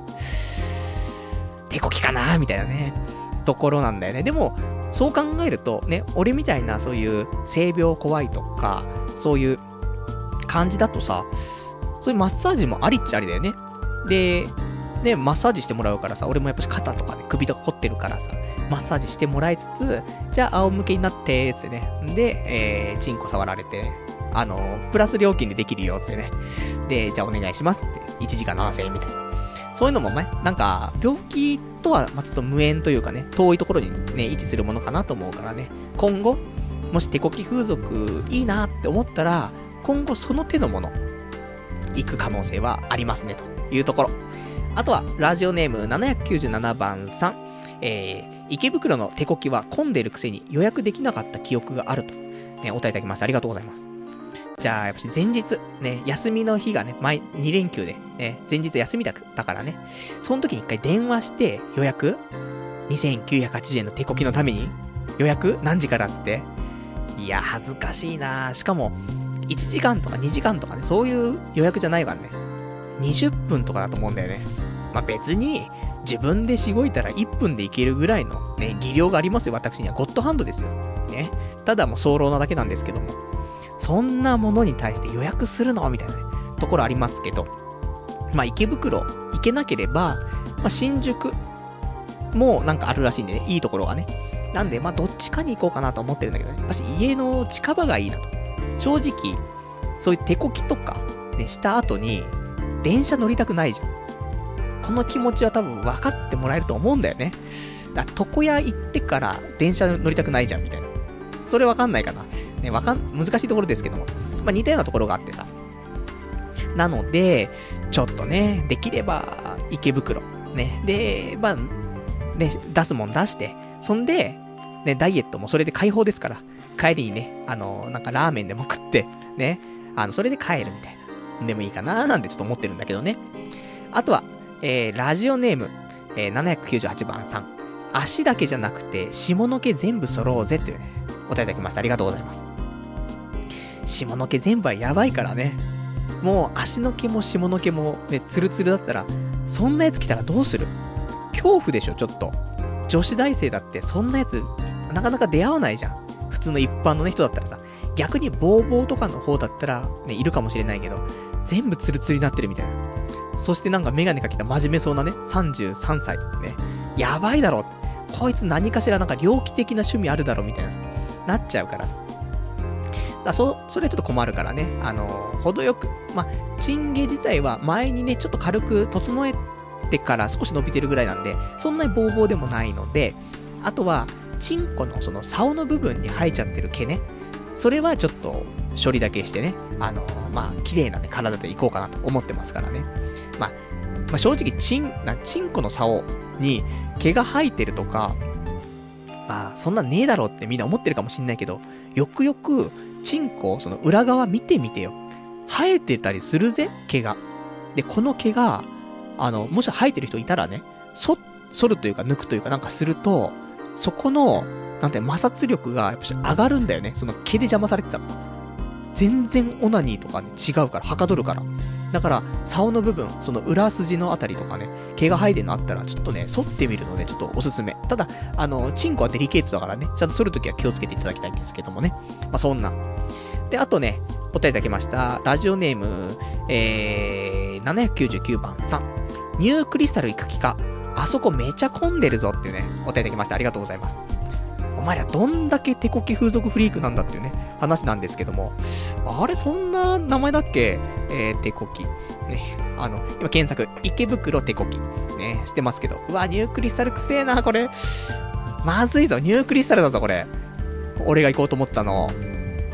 手こきかなみたいなね、ところなんだよね。でも、そう考えると、ね、俺みたいなそういう性病怖いとか、そういう感じだとさ、そういうマッサージもありっちゃありだよね。で、ね、マッサージしてもらうからさ、俺もやっぱし肩とかね、首とか凝ってるからさ、マッサージしてもらいつつ、じゃあ仰向けになってーってね、で、えー、チンコ触られて、ね、あのー、プラス料金でできるよってね、で、じゃあお願いしますって、いちじかんななせんえんみたいな。そういうのもね、なんか、病気とは、まあ、ちょっと無縁というかね、遠いところにね、位置するものかなと思うからね、今後、もし手こき風俗いいなって思ったら、今後その手のもの、行く可能性はありますね、というところ。あとは、ラジオネームななひゃくきゅうじゅうななばんさん。えー、池袋の手こきは混んでるくせに予約できなかった記憶があると、ね、お答えいただきました。ありがとうございます。じゃあ、やっぱし前日、ね、休みの日がね、毎に連休で、ね、前日休みだったからね、その時に一回電話して予約 ?にせんきゅうひゃくはちじゅうえんの手こきのために予約何時からっつって。いや、恥ずかしいな。しかも、いちじかんとかにじかんとかね、そういう予約じゃないからね。にじゅっぷんとかだと思うんだよね。まあ、別に、自分でしごいたらいっぷんでいけるぐらいのね、技量がありますよ、私には。ゴッドハンドですよ。ね。ただもう早漏なだけなんですけども。そんなものに対して予約するのみたいな、ね、ところありますけど。まあ、池袋行けなければ、まあ、新宿もなんかあるらしいんでね、いいところがね。なんで、まあ、どっちかに行こうかなと思ってるんだけどね。私、家の近場がいいなと。正直、そういう手こきとか、ね、した後に、電車乗りたくないじゃん。この気持ちは多分分かってもらえると思うんだよね。だから床屋行ってから電車乗りたくないじゃんみたいな。それ分かんないかな。ね、わかん、難しいところですけども。まあ、似たようなところがあってさ。なので、ちょっとね、できれば、池袋。ね。で、まあ、ね、出すもん出して、そんで、ね、ダイエットもそれで解放ですから。帰りにね、あの、なんかラーメンでも食って、ね。あの、それで帰るみたいな。でもいいかなーなんてちょっと思ってるんだけどね。あとは、えー、ラジオネーム、えー、ななひゃくきゅうじゅうはちばんさん。足だけじゃなくて、下の毛全部揃おうぜっていうね、お答えいただきました。ありがとうございます。下の毛全部はやばいからね。もう足の毛も下の毛もね、ツルツルだったら、そんなやつ来たらどうする？恐怖でしょ、ちょっと。女子大生だってそんなやつ、なかなか出会わないじゃん。普通の一般の、ね、人だったらさ。逆にボーボーとかの方だったら、ね、いるかもしれないけど、全部ツルツルになってるみたいな。そしてなんかメガネかけた真面目そうなね、さんじゅうさんさい。ね。やばいだろ。こいつ何かしらなんか猟奇的な趣味あるだろみたいなさ。なっちゃうからさ。だそ、それちょっと困るからね。あのー、程よく。まあ、チンゲ自体は前にね、ちょっと軽く整えてから少し伸びてるぐらいなんで、そんなにボーボーでもないので、あとは、チンコのその竿の部分に生えちゃってる毛ね。それはちょっと処理だけしてね、あのー、まあ、綺麗なね、体でいこうかなと思ってますからね。まあ、まあ、正直、チン、な、チンコの竿に毛が生えてるとか、まあ、そんなねえだろってみんな思ってるかもしんないけど、よくよく、チンコ、その裏側見てみてよ。生えてたりするぜ、毛が。で、この毛が、あの、もし生えてる人いたらね、そ、剃るというか抜くというかなんかすると、そこの、なんて摩擦力がやっぱし上がるんだよね。その毛で邪魔されてたから。全然オナニーとかね、違うから、はかどるから。だから、竿の部分、その裏筋のあたりとかね、毛が生えてるのあったら、ちょっとね、剃ってみるので、ちょっとおすすめ。ただ、あの、チンコはデリケートだからね、ちゃんと剃るときは気をつけていただきたいんですけどもね。まあ、そんな。で、あとね、お答えいただきました。ラジオネーム、えー、ななひゃくきゅうじゅうきゅうばんさん。ニュークリスタル行く気か。あそこめちゃ混んでるぞっていうね、お答えいただきました。ありがとうございます。お前らどんだけ手こき風俗フリークなんだっていうね、話なんですけども。あれ、そんな名前だっけ？えー、手こき。ね、あの、今検索、池袋手こき。ね、してますけど。うわ、ニュークリスタルくせえな、これ。まずいぞ、ニュークリスタルだぞ、これ。俺が行こうと思ったの。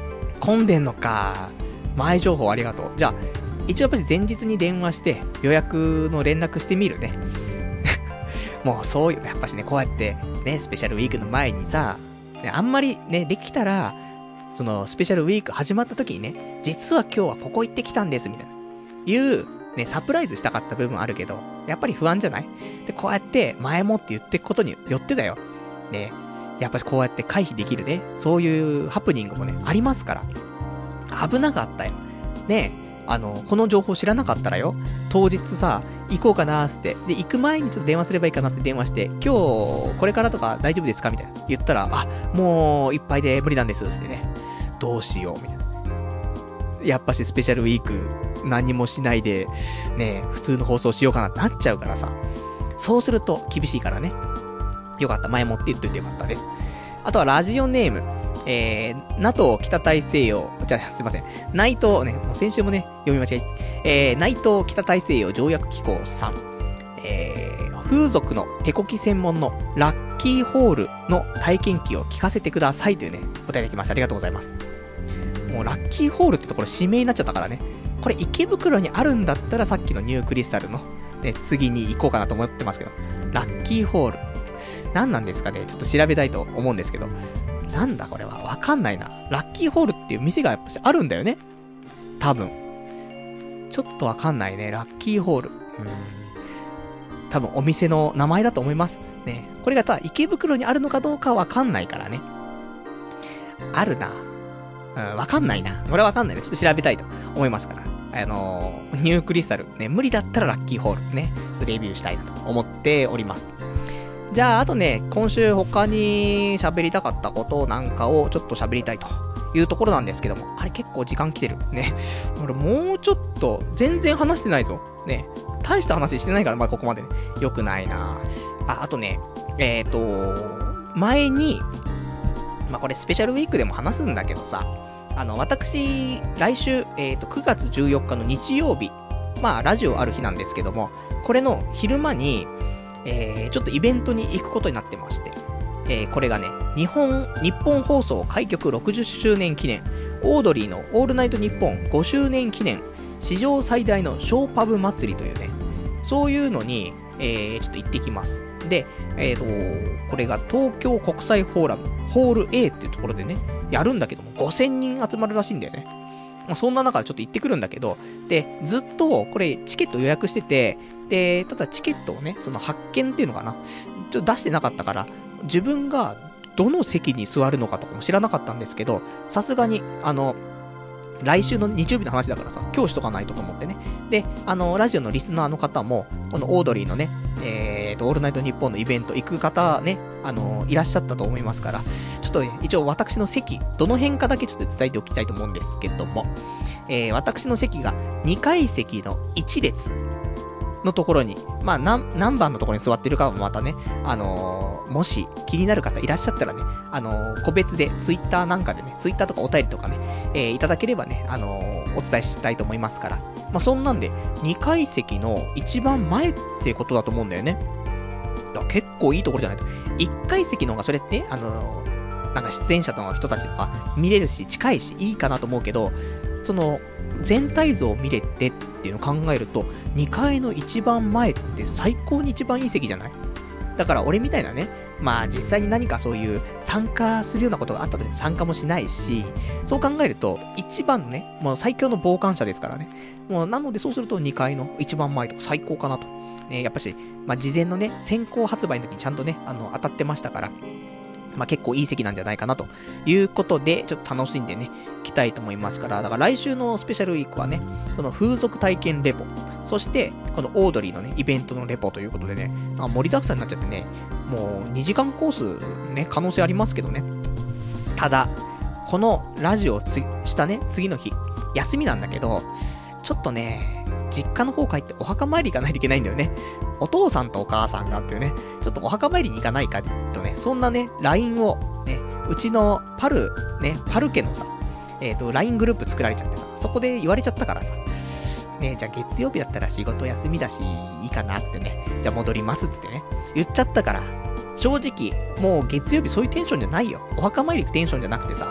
混んでんのか。前情報ありがとう。じゃあ、一応やっぱり前日に電話して予約の連絡してみるね。もうそういう、やっぱしね、こうやってね、スペシャルウィークの前にさ、ね、あんまりね、できたら、そのスペシャルウィーク始まった時にね、実は今日はここ行ってきたんです、みたいな。いう、ね、サプライズしたかった部分あるけど、やっぱり不安じゃない？で、こうやって前もって言ってくことによってだよ。ね、やっぱりこうやって回避できるね、そういうハプニングもね、ありますから。危なかったよ。ねえ、あの、この情報知らなかったらよ、当日さ、行こうかなーって、で、行く前にちょっと電話すればいいかなって電話して、今日、これからとか大丈夫ですかみたいな。言ったら、あ、もう、いっぱいで無理なんですってね。どうしようみたいな。やっぱしスペシャルウィーク、何もしないで、ね、普通の放送しようかなってなっちゃうからさ。そうすると、厳しいからね。よかった。前もって言っといてよかったです。あとは、ラジオネーム。えー、NATO 北大西洋、じゃあすいません。内藤ね、もう先週もね、読み間違え、えー、内藤北大西洋条約機構さん、えー、風俗の手こき専門のラッキーホールの体験記を聞かせてくださいというね、お答えいただきました。ありがとうございます。もうラッキーホールってところ指名になっちゃったからね。これ池袋にあるんだったらさっきのニュークリスタルの、ね、次に行こうかなと思ってますけど、ラッキーホール。何なんですかね、ちょっと調べたいと思うんですけど、なんだこれはわかんないな。ラッキーホールっていう店がやっぱしあるんだよね。多分。ちょっとわかんないね。ラッキーホール。うん。多分お店の名前だと思います。ね。これがさ、池袋にあるのかどうかわかんないからね。あるな。うん、わかんないな。これわかんないね。ちょっと調べたいと思いますから。あのー、ニュークリスタル。ね、無理だったらラッキーホール。ね。ちょっとレビューしたいなと思っております。じゃあ、あとね、今週他に喋りたかったことなんかをちょっと喋りたいというところなんですけども、あれ結構時間来てる。ね。俺もうちょっと、全然話してないぞ。ね。大した話してないから、まあここまでね。よくないな。あ、あとね、えっと、前に、まあこれスペシャルウィークでも話すんだけどさ、あの、私、来週、えっと、くがつじゅうよっかの日曜日、まあラジオある日なんですけども、これの昼間に、えー、ちょっとイベントに行くことになってまして、えー、これがね、日本、日本放送開局ろくじゅっしゅうねん記念、オードリーのオールナイトニッポンごしゅうねん記念、史上最大のショーパブ祭りというね、そういうのに、えー、ちょっと行ってきます。で、えーと、これが東京国際フォーラム、ホール A っていうところでね、やるんだけども、ごせんにん集まるらしいんだよね。そんな中でちょっと行ってくるんだけど、で、ずっとこれチケット予約してて、で、ただチケットをね、その発券っていうのかな、ちょっと出してなかったから、自分がどの席に座るのかとかも知らなかったんですけど、さすがに、あの、来週の日曜日の話だからさ、今日しとかないとと思ってね。で、あの、ラジオのリスナーの方も、このオードリーのね、えーと、オールナイトニッポンのイベント行く方ね、あの、いらっしゃったと思いますから、ちょっと、ね、一応私の席、どの辺かだけちょっと伝えておきたいと思うんですけども、えー、私の席がにかい席のいち列のところに、まあ、何、何番のところに座ってるかもまたね、あのー、もし気になる方いらっしゃったらね、あのー、個別でツイッターなんかでね、ツイッターとかお便りとかね、えー、いただければね、あのー、お伝えしたいと思いますから、まあ、そんなんで、にかい席の一番前ってことだと思うんだよね。いや結構いいところじゃないと。いっかい席の方がそれってね、あのー、なんか出演者の人たちとか見れるし、近いし、いいかなと思うけど、その、全体像を見れてっていうのを考えると、にかいの一番前って最高に一番いい席じゃない？だから俺みたいなね、まあ実際に何かそういう参加するようなことがあったとしても参加もしないし、そう考えると一番のね、もう最強の傍観者ですからね。もうなのでそうするとにかいの一番前とか最高かなと。ね、やっぱし、まあ事前のね、先行発売の時にちゃんとね、あの、当たってましたから、まあ、結構いい席なんじゃないかなということで、ちょっと楽しんでね、来たいと思いますから、だから来週のスペシャルウィークはね、その風俗体験レポ、そして、このオードリーのね、イベントのレポということでね、あ盛りだくさんになっちゃってね、もうにじかんコースね、可能性ありますけどね。ただ、このラジオをつしたね、次の日、休みなんだけど、ちょっとね、実家の方帰ってお墓参り行かないといけないんだよね。お父さんとお母さんがっていうね、ちょっとお墓参りに行かないかとね、そんなね、ライン をね、うちのパル、ね、パル家のさ、えっと、ライン グループ作られちゃってさ、そこで言われちゃったからさ、ね、じゃあ月曜日だったら仕事休みだし、いいかなってね、じゃあ戻りますってね、言っちゃったから、正直、もう月曜日そういうテンションじゃないよ。お墓参り行くテンションじゃなくてさ、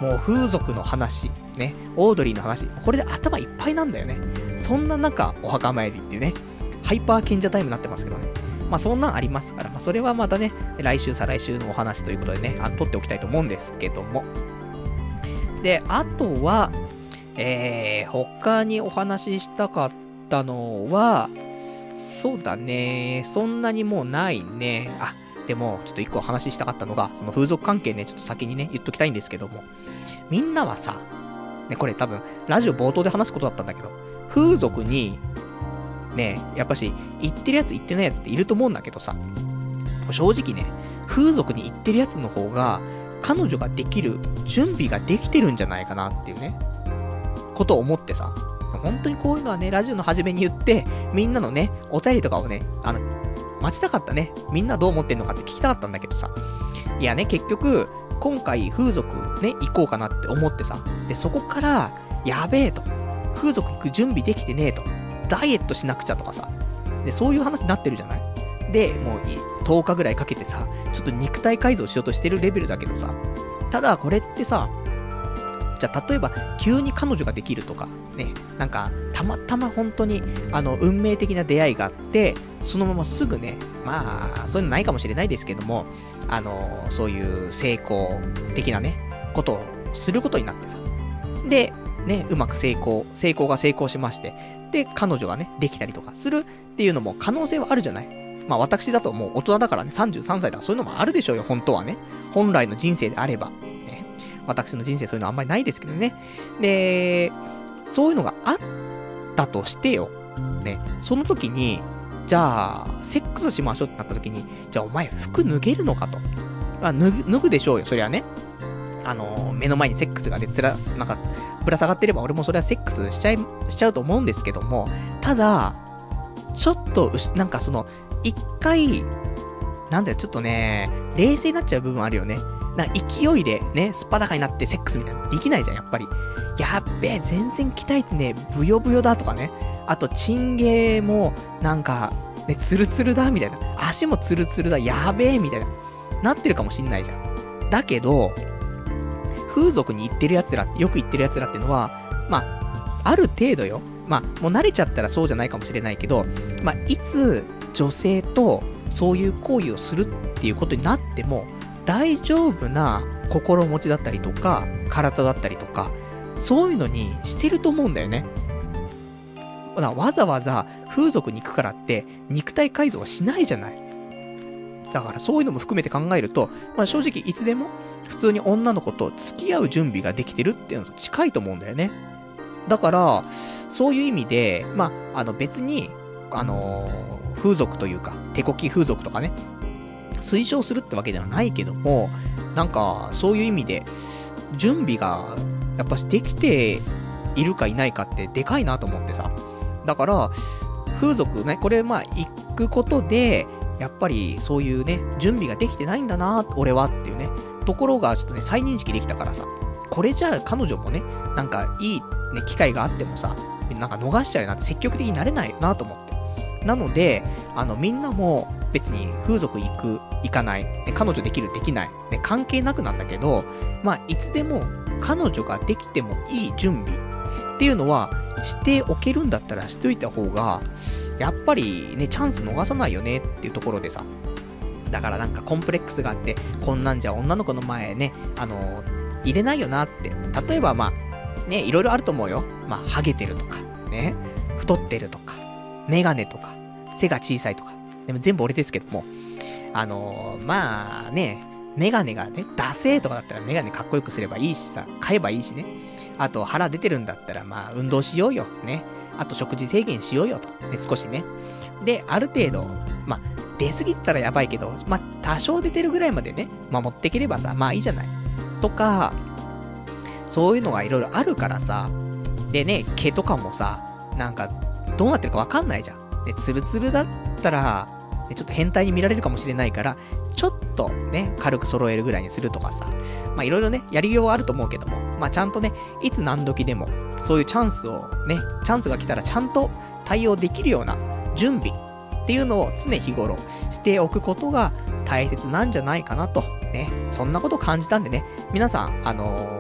もう風俗の話、ね、オードリーの話、これで頭いっぱいなんだよね。そんな中、お墓参りっていうね、ハイパー賢者タイムになってますけどね。まあそんなんありますから、まあそれはまたね、来週再来週のお話ということでね、あの撮っておきたいと思うんですけども。で、あとは、えー、他にお話ししたかったのは、そうだね、そんなにもうないね。あ、でも、ちょっと一個話したかったのが、その風俗関係ね、ちょっと先にね、言っときたいんですけども、みんなはさ、ね、これ多分、ラジオ冒頭で話すことだったんだけど、風俗に、ね、やっぱし、行ってるやつ行ってないやつっていると思うんだけどさ、正直ね、風俗に行ってるやつの方が、彼女ができる準備ができてるんじゃないかなっていうね、ことを思ってさ、本当にこういうのはね、ラジオの初めに言って、みんなのね、お便りとかをね、あの、待ちたかったね。みんなどう思ってんのかって聞きたかったんだけどさ。いやね、結局、今回風俗ね、行こうかなって思ってさ。で、そこから、やべえと。風俗行く準備できてねえと。ダイエットしなくちゃとかさ。で、そういう話になってるじゃない。で、もう、とおかぐらいかけてさ、ちょっと肉体改造しようとしてるレベルだけどさ。ただ、これってさ、じゃあ、例えば、急に彼女ができるとか、ね、なんか、たまたま本当に、あの、運命的な出会いがあって、そのまますぐね、まあ、そういうのないかもしれないですけども、あの、そういう成功的なね、ことをすることになってさ。で、ね、うまく成功、成功が成功しまして、で、彼女がね、できたりとかするっていうのも可能性はあるじゃない。まあ、私だともう大人だからね、さんじゅうさんさいだからそういうのもあるでしょうよ、本当はね。本来の人生であれば。私の人生そういうのあんまりないですけどね。で、そういうのがあったとしてよ。ね。その時に、じゃあ、セックスしましょうってなった時に、じゃあお前服脱げるのかと。まあ、脱ぐ、脱ぐでしょうよ、そりゃね。あの、目の前にセックスがね、つら、なんか、ぶら下がってれば俺もそれはセックスしちゃい、しちゃうと思うんですけども、ただ、ちょっと、なんかその、一回、なんだよ、ちょっとね、冷静になっちゃう部分あるよね。なんか勢いでね、スパダカになってセックスみたいなのできないじゃん、やっぱり。やっべえ、全然鍛えてね、ブヨブヨだとかね。あと、チンゲーも、なんか、ね、ツルツルだ、みたいな。足もツルツルだ、やべえ、みたいな。なってるかもしんないじゃん。だけど、風俗に行ってる奴らって、よく行ってる奴らってのは、まあ、ある程度よ。まあ、もう慣れちゃったらそうじゃないかもしれないけど、まあ、いつ、女性と、そういう行為をするっていうことになっても、大丈夫な心持ちだったりとか、体だったりとか、そういうのにしてると思うんだよね。わざわざ風俗に行くからって肉体改造はしないじゃない。だからそういうのも含めて考えると、まあ、正直いつでも普通に女の子と付き合う準備ができてるっていうのと近いと思うんだよね。だから、そういう意味で、まあ、あの別に、あのー、風俗というか、手こき風俗とかね、推奨するってわけではないけども、なんか、そういう意味で、準備が、やっぱしできているかいないかってでかいなと思ってさ。だから、風俗ね、これまあ、行くことで、やっぱりそういうね、準備ができてないんだな、俺はっていうね、ところがちょっとね、再認識できたからさ、これじゃあ彼女もね、なんかいい、ね、機会があってもさ、なんか逃しちゃうよなって積極的になれないよなと思って。なので、あの、みんなも別に風俗行く、行かない、ね、彼女できる、できない、ね、関係なくなんだけど、まあ、いつでも彼女ができてもいい準備っていうのはしておけるんだったらしておいた方が、やっぱりね、チャンス逃さないよねっていうところでさ、だからなんかコンプレックスがあって、こんなんじゃ女の子の前ね、あのー、入れないよなって。例えばまあ、ね、いろいろあると思うよ。まあ、ハゲてるとか、ね、太ってるとか、メガネとか、背が小さいとか。でも全部俺ですけども。あのー、まあね、メガネがね、ダセーとかだったらメガネかっこよくすればいいしさ、買えばいいしね。あと腹出てるんだったらまあ運動しようよ。ね。あと食事制限しようよと。ね、少しね。で、ある程度、まあ、出過ぎてたらやばいけど、まあ、多少出てるぐらいまでね、守っていければさ、まあいいじゃない。とか、そういうのがいろいろあるからさ、でね、毛とかもさ、なんか、どうなってるかわかんないじゃん。で、ツルツルだったら、ちょっと変態に見られるかもしれないから、ちょっとね、軽く揃えるぐらいにするとかさ、まあいろいろね、やりようはあると思うけども、まあちゃんとね、いつ何時でも、そういうチャンスをね、チャンスが来たらちゃんと対応できるような準備っていうのを常日頃しておくことが大切なんじゃないかなと、ね、そんなことを感じたんでね、皆さん、あの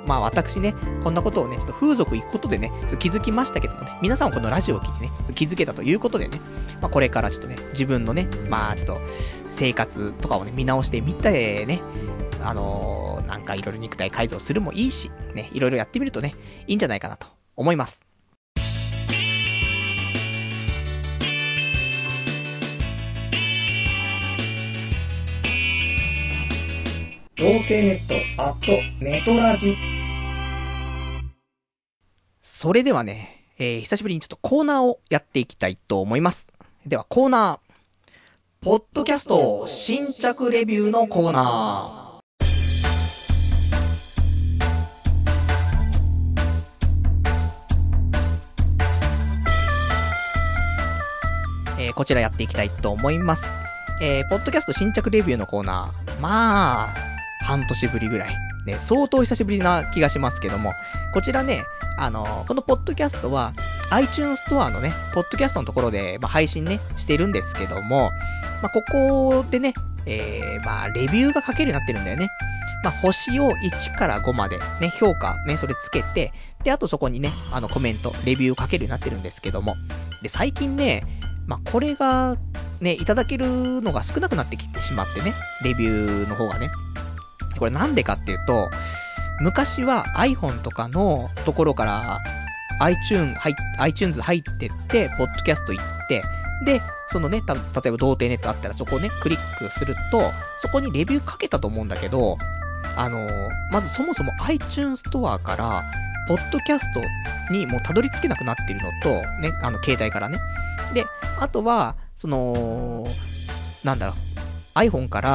まあ私ね、こんなことをね、ちょっと風俗行くことでね、ちょっと気づきましたけどもね、皆さんもこのラジオを聞いてね、ちょっと気づけたということでね、まあこれからちょっとね、自分のね、まあちょっと生活とかをね、見直してみてね、あのー、なんかいろいろ肉体改造するもいいし、ね、いろいろやってみるとね、いいんじゃないかなと思います。 童貞ネットアットネトラジ。 それではね、えー、久しぶりにちょっとコーナーをやっていきたいと思います。ではコーナー、ポッドキャスト新着レビューのコーナー。えー、こちらやっていきたいと思います。えー、ポッドキャスト新着レビューのコーナー。まあ、半年ぶりぐらい。ね、相当久しぶりな気がしますけども、こちらね、あのー、このポッドキャストは iTunes ストアのね、ポッドキャストのところで、まあ、配信ね、してるんですけども、まあ、ここでね、えー、まあ、レビューが書けるようになってるんだよね。まあ、星をいちからごまでね、評価ね、それつけて、で、あとそこにね、あのコメント、レビュー書けるようになってるんですけども、で、最近ね、まあ、これが、ね、いただけるのが少なくなってきてしまってね、レビューの方がね。これなんでかっていうと、昔は iPhone とかのところから iTunes 入っ、iTunes 入ってって、ポッドキャスト行って、で、そのね、た、例えば童貞ネットあったらそこをね、クリックすると、そこにレビューかけたと思うんだけど、あのー、まずそもそも iTunes ストアから、ポッドキャストにもうたどり着けなくなってるのと、ね、あの、携帯からね。で、あとは、その、なんだろう、iPhone から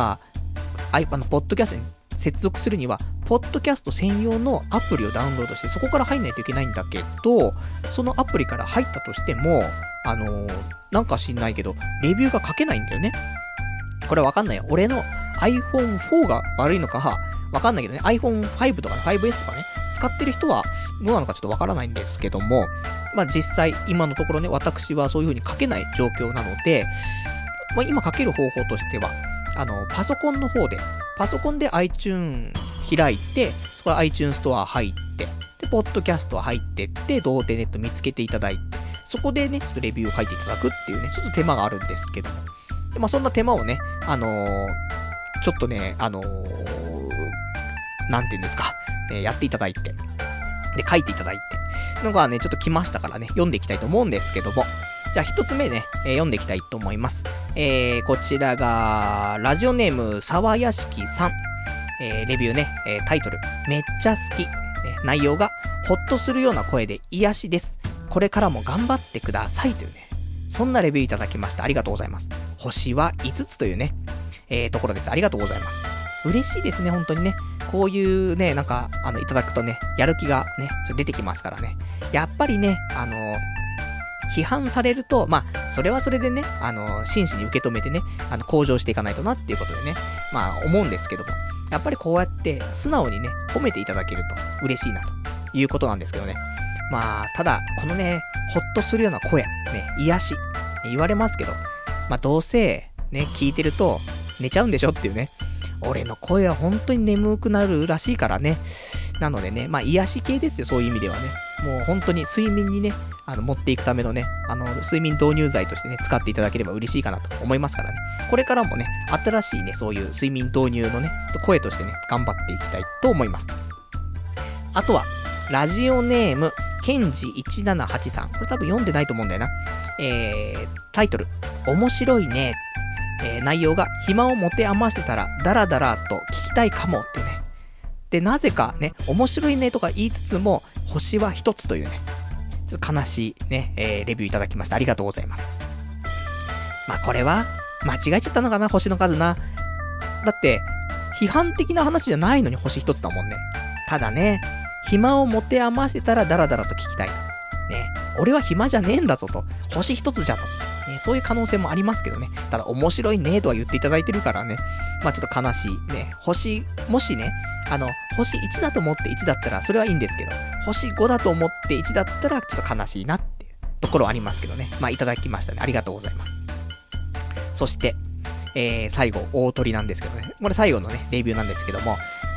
、I、あの、ポッドキャストに接続するには、ポッドキャスト専用のアプリをダウンロードして、そこから入んないといけないんだけど、そのアプリから入ったとしても、あのー、なんか知んないけど、レビューが書けないんだよね。これわかんないよ。俺の アイフォンフォー が悪いのか、わかんないけどね、アイフォンファイブ とかね、ファイブエス とかね、使ってる人はどうなのかちょっとわからないんですけども、まあ実際、今のところね、私はそういう風に書けない状況なので、まあ今書ける方法としては、あの、パソコンの方で、パソコンで iTunes 開いて、そこから iTunes ストア入って、で、ポッドキャスト入ってって、童貞ネット見つけていただいて、そこでね、ちょっとレビューを書いていただくっていうね、ちょっと手間があるんですけども。で、まあそんな手間をね、あのー、ちょっとね、あのー、なんて言うんですか、ね、やっていただいて、で、書いていただいて、のがね、ちょっと来ましたからね、読んでいきたいと思うんですけども、じゃあ一つ目ね、えー、読んでいきたいと思います。えー、こちらが、ラジオネーム、沢屋敷さん。えー、レビューね、えー、タイトル、めっちゃ好き。ね、内容が、ほっとするような声で癒しです。これからも頑張ってください。というね、そんなレビューいただきました。ありがとうございます。星はいつつというね、えー、ところです。ありがとうございます。嬉しいですね、本当にね。こういうね、なんか、あの、いただくとね、やる気がね、ちょっと出てきますからね。やっぱりね、あのー、批判されると、まあ、それはそれでね、あの、真摯に受け止めてね、あの、向上していかないとなっていうことでね、まあ、思うんですけども、やっぱりこうやって素直にね、褒めていただけると嬉しいなということなんですけどね。まあ、ただ、このね、ほっとするような声、ね、癒し、言われますけど、まあ、どうせ、ね、聞いてると、寝ちゃうんでしょっていうね。俺の声は本当に眠くなるらしいからね。なのでね、まあ、癒し系ですよ、そういう意味ではね。もう本当に睡眠にね、あの、持っていくためのね、あの、睡眠導入剤としてね、使っていただければ嬉しいかなと思いますからね。これからもね、新しいね、そういう睡眠導入のね、声としてね、頑張っていきたいと思います。あとは、ラジオネーム、ケンジいちななはちさん。これ多分読んでないと思うんだよな。えー、タイトル、面白いね。えー、内容が、暇を持て余してたら、ダラダラと聞きたいかもっていうね。で、なぜかね、面白いねとか言いつつも、星は一つというね、ちょっと悲しいね、えー、レビューいただきました。ありがとうございます。まあこれは、間違えちゃったのかな、星の数な。だって、批判的な話じゃないのに星一つだもんね。ただね、暇を持て余してたらダラダラと聞きたい。ね、俺は暇じゃねえんだぞと。星一つじゃと。ね、そういう可能性もありますけどね。ただ面白いねとは言っていただいてるからね。まあちょっと悲しいね。星、もしね、あの、星いちだと思っていちだったらそれはいいんですけど、星ごだと思っていちだったらちょっと悲しいなっていうところはありますけどね。まあいただきましたね。ありがとうございます。そして、えー、最後、大鳥なんですけどね。これ最後のね、レビューなんですけども、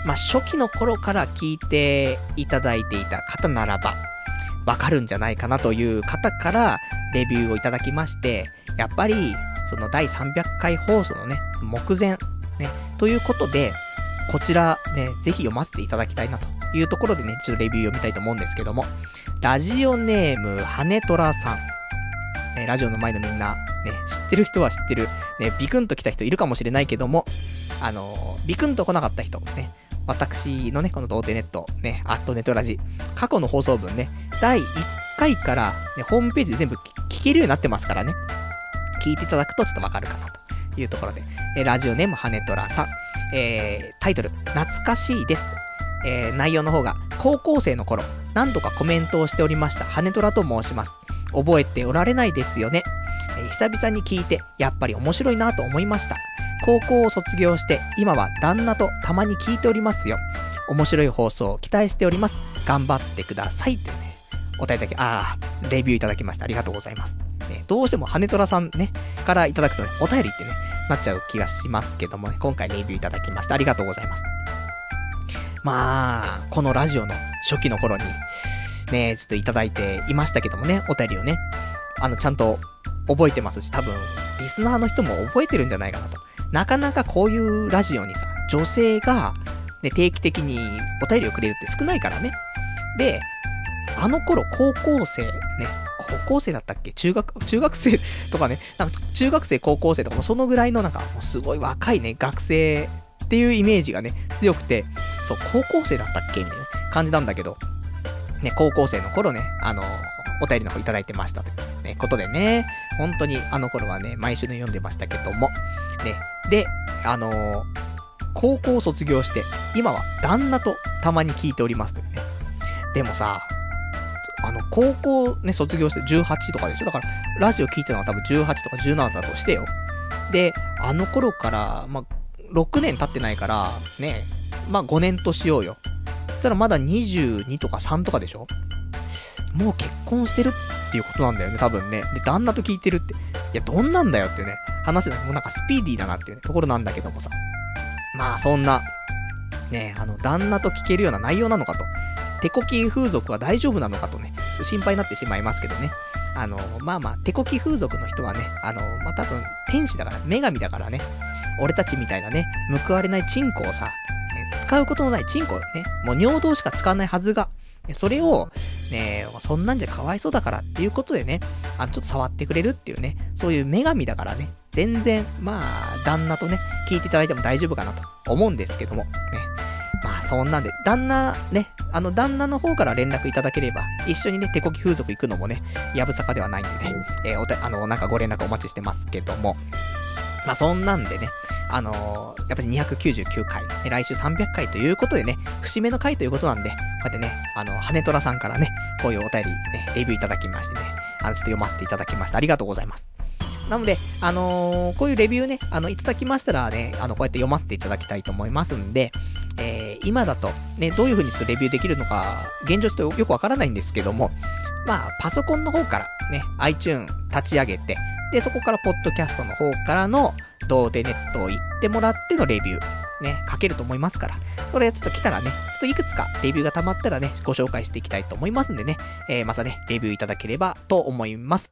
まあ、初期の頃から聞いていただいていた方ならば、わかるんじゃないかなという方からレビューをいただきまして、やっぱり、そのだいさんびゃっかい放送のね、目前、ね、ということで、こちらね、ぜひ読ませていただきたいなというところでね、ちょっとレビューを読みたいと思うんですけども、ラジオネーム、羽根虎さん。ね、ラジオの前のみんな、ね、知ってる人は知ってる、ね、ビクンと来た人いるかもしれないけども、あのー、ビクンと来なかった人、ね、私のね、この童貞ネット、ね、アットネトラジ、過去の放送分ね、だいいっかいから、ね、ホームページで全部聞けるようになってますからね、聞いていただくとちょっとわかるかなというところで、えー、ラジオネーム羽根虎さん、えー、タイトル、懐かしいです。えー、内容の方が、高校生の頃、何度かコメントをしておりました、羽根虎と申します。覚えておられないですよね。えー、久々に聞いて、やっぱり面白いなと思いました。高校を卒業して、今は旦那とたまに聞いておりますよ。面白い放送を期待しております。頑張ってください。というね、お便りだけ、あー、レビューいただきました。ありがとうございます。ね、どうしても羽根虎さんね、からいただくとね、お便りってね、なっちゃう気がしますけどもね、今回レビューいただきました。ありがとうございます。まあ、このラジオの初期の頃に、ね、ちょっといただいていましたけどもね、お便りをね、あの、ちゃんと覚えてますし、多分、リスナーの人も覚えてるんじゃないかなと。なかなかこういうラジオにさ、女性が、ね、定期的にお便りをくれるって少ないからね。で、あの頃高校生、ね、高校生だったっけ中学、中学生とかね、なんか中学生高校生とかもそのぐらいのなんか、もうすごい若いね、学生っていうイメージがね、強くて、そう、高校生だったっけみたいな感じなんだけど、ね、高校生の頃ね、あの、お便りの方いただいてましたという、ね、ことでね、本当にあの頃はね、毎週の読んでましたけども、ね、で、あのー、高校を卒業して、今は旦那とたまに聞いておりますというね。でもさ、あの、高校ね、卒業してじゅうはちとかでしょ。だから、ラジオ聞いてたのは多分じゅうはちとかじゅうななだとしてよ。で、あの頃から、まあ、ろくねん経ってないから、ね、まあ、ごねんとしようよ。そしたらまだにじゅうにとかさんとかでしょ。もう結婚してるっていうことなんだよね、多分ね。で、旦那と聞いてるって。いや、どんなんだよっていうね、話だけど、もうなんかスピーディーだなっていう、ね、ところなんだけどもさ。まあ、そんな、ね、あの、旦那と聞けるような内容なのかと。手こき風俗は大丈夫なのかとね、心配になってしまいますけどね。あの、まあまあ、手こき風俗の人はね、あの、まあ多分、天使だから、女神だからね、俺たちみたいなね、報われないチンコをさ、使うことのないチンコをね、もう尿道しか使わないはずが、それを、ね、そんなんじゃかわいそうだからっていうことでね、あの、ちょっと触ってくれるっていうね、そういう女神だからね、全然、まあ、旦那とね、聞いていただいても大丈夫かなと思うんですけども、ね。まあ、そんなんで、旦那、ね、あの、旦那の方から連絡いただければ、一緒にね、手こき風俗行くのもね、やぶさかではないんでね、えー、おて、あの、なんかご連絡お待ちしてますけども、まあ、そんなんでね、あのー、やっぱりにひゃくきゅうじゅうきゅうかい、来週さんびゃっかいということでね、節目の回ということなんで、こうやってね、あの、羽虎さんからね、こういうお便りね、レビューいただきましてね、あの、ちょっと読ませていただきました。ありがとうございます。なので、あのー、こういうレビューね、あの、いただきましたらね、あの、こうやって読ませていただきたいと思いますんで、えー、今だと、ね、どういう風にするレビューできるのか、現状ちょっとよくわからないんですけども、まあ、パソコンの方からね、iTunes 立ち上げて、で、そこからポッドキャストの方からの、童貞ネットを言ってもらってのレビュー、ね、書けると思いますから、それちょっと来たらね、ちょっといくつかレビューが溜まったらね、ご紹介していきたいと思いますんでね、えー、またね、レビューいただければと思います。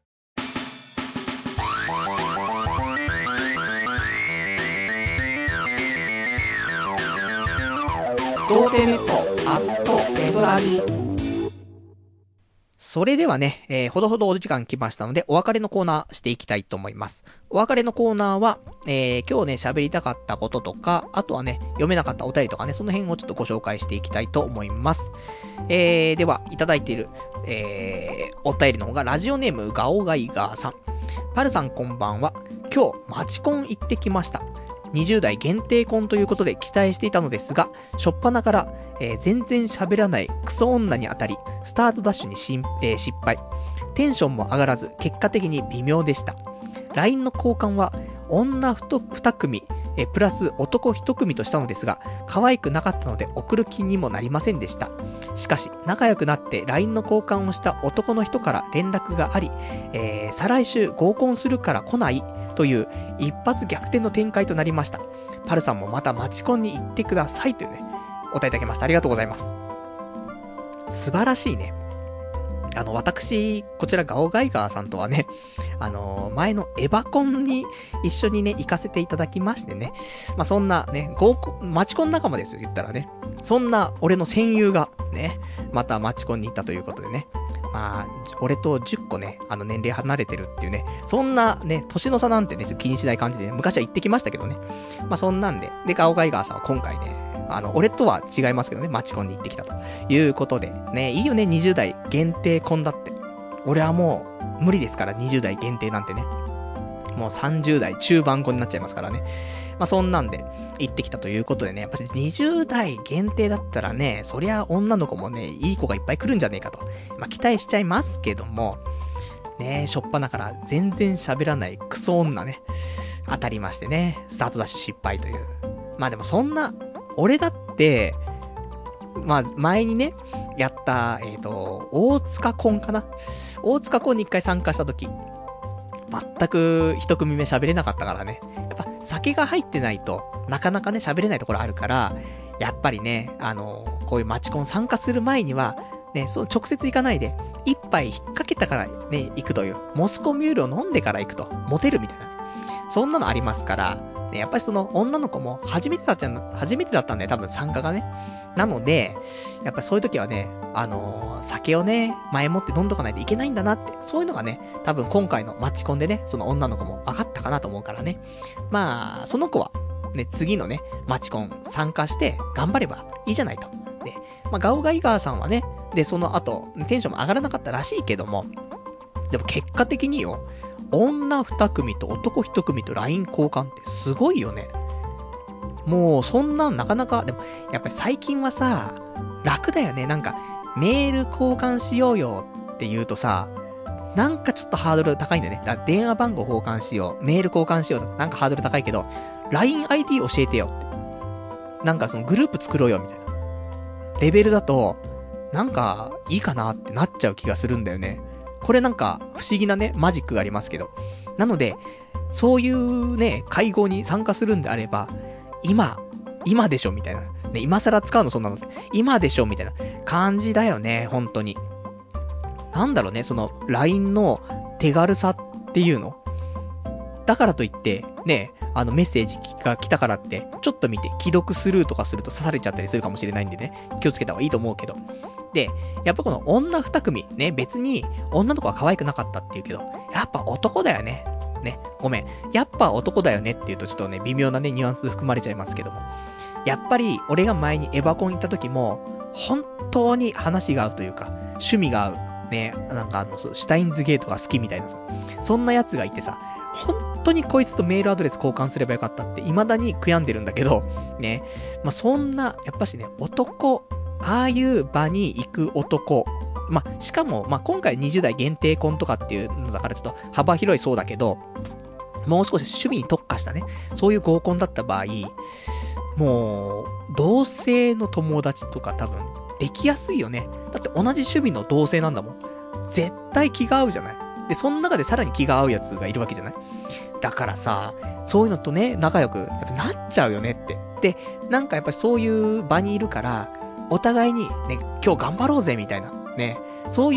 童貞ネットアットネトラジ。それではね、えー、ほどほどお時間来ましたので、お別れのコーナーしていきたいと思います。お別れのコーナーは、えー、今日ね、喋りたかったこととか、あとはね、読めなかったお便りとかね、その辺をちょっとご紹介していきたいと思います。えー、では、いただいている、えー、お便りの方が、ラジオネームガオガイガーさん。パルさんこんばんは。今日、マチコン行ってきました。にじゅう代限定婚ということで期待していたのですが、しょっぱなから、えー、全然喋らないクソ女に当たり、スタートダッシュにしん、えー、失敗。テンションも上がらず、結果的に微妙でした。ライン の交換は、女に組、えー、プラス男いち組としたのですが、可愛くなかったので送る気にもなりませんでした。しかし、仲良くなって ライン の交換をした男の人から連絡があり、えー、再来週合コンするから来ないという一発逆転の展開となりました。パルさんもまたマチコンに行ってくださいというね、 お答えいただきました。ありがとうございます。素晴らしいね。あの、私、こちらガオガイガーさんとはね、あのー、前のエバコンに一緒にね、行かせていただきましてね。まあ、そんなね、合コン、マチコン仲間ですよ、言ったらね。そんな俺の戦友が、ね、またマチコンに行ったということでね。まあ、俺とじゅっこね、あの年齢離れてるっていうね、そんなね、年の差なんてね、気にしない感じで、ね、昔は行ってきましたけどね。まあ、そんなんで、で、ガオガイガーさんは今回ね、あの、俺とは違いますけどね、マチコンに行ってきたということで、ね、いいよね、にじゅう代限定コンだって。俺はもう、無理ですから、にじゅう代限定なんてね。もうさんじゅう代中盤コンになっちゃいますからね。まあ、そんなんで、行ってきたということでね、やっぱりにじゅう代限定だったらね、そりゃ女の子もね、いい子がいっぱい来るんじゃねえかと。まあ、期待しちゃいますけども、ね、しょっぱなから全然喋らないクソ女ね、当たりましてね、スタートダッシュ失敗という。まあでもそんな、俺だって、まあ前にね、やった、えっと、大塚コンかな大塚コンに一回参加したとき、全く一組目喋れなかったからね。やっぱ酒が入ってないとなかなかね喋れないところあるから、やっぱりね、あのこういうマチコン参加する前にはね、そう直接行かないで一杯引っ掛けたからね行くという、モスコミュールを飲んでから行くとモテるみたいな、そんなのありますからね。やっぱりその女の子も初めてだったん初めてだったんで、多分参加がね。なので、やっぱりそういう時はね、あのー、酒をね、前もって飲んどかないといけないんだなって、そういうのがね、多分今回のマッチコンでね、その女の子も分かったかなと思うからね。まあ、その子は、ね、次のね、マッチコン参加して頑張ればいいじゃないと。で、まあ、ガオガイガーさんはね、で、その後、テンションも上がらなかったらしいけども、でも結果的によ、女二組と男一組と ライン 交換ってすごいよね。もう、そんなんなかなか、でも、やっぱり最近はさ、楽だよね。なんか、メール交換しようよって言うとさ、なんかちょっとハードル高いんだよね。だから電話番号交換しよう、メール交換しよう、なんかハードル高いけど、ラインアイディー 教えてよって。なんかそのグループ作ろうよみたいな。レベルだと、なんか、いいかなってなっちゃう気がするんだよね。これなんか、不思議なね、マジックがありますけど。なので、そういうね、会合に参加するんであれば、今、今でしょみたいな。ね、今更使うのそんなの。今でしょみたいな感じだよね、本当に。なんだろうね、その、ライン の手軽さっていうの。だからといって、ね、あのメッセージが来たからって、ちょっと見て、既読スルーとかすると刺されちゃったりするかもしれないんでね、気をつけた方がいいと思うけど。で、やっぱこの女二組、ね、別に女の子は可愛くなかったって言うけど、やっぱ男だよね。ね、ごめん。やっぱ男だよねって言うとちょっとね、微妙なね、ニュアンス含まれちゃいますけども。やっぱり、俺が前にエヴァコン行った時も、本当に話が合うというか、趣味が合う。ね、なんかあの、シュタインズゲートが好きみたいなさ、そんなやつがいてさ、本当にこいつとメールアドレス交換すればよかったって未だに悔やんでるんだけど、ね、まあ、そんな、やっぱしね、男、ああいう場に行く男、まあ、しかも、まあ、今回にじゅう代限定婚とかっていうのだからちょっと幅広いそうだけど、もう少し趣味に特化したね、そういう合コンだった場合、もう、同性の友達とか多分、できやすいよね。だって同じ趣味の同性なんだもん。絶対気が合うじゃない。で、その中でさらに気が合うやつがいるわけじゃない。だからさ、そういうのとね、仲良く、やっぱなっちゃうよねって。で、なんかやっぱりそういう場にいるから、お互いにね、今日頑張ろうぜみたいな。ね。そういう、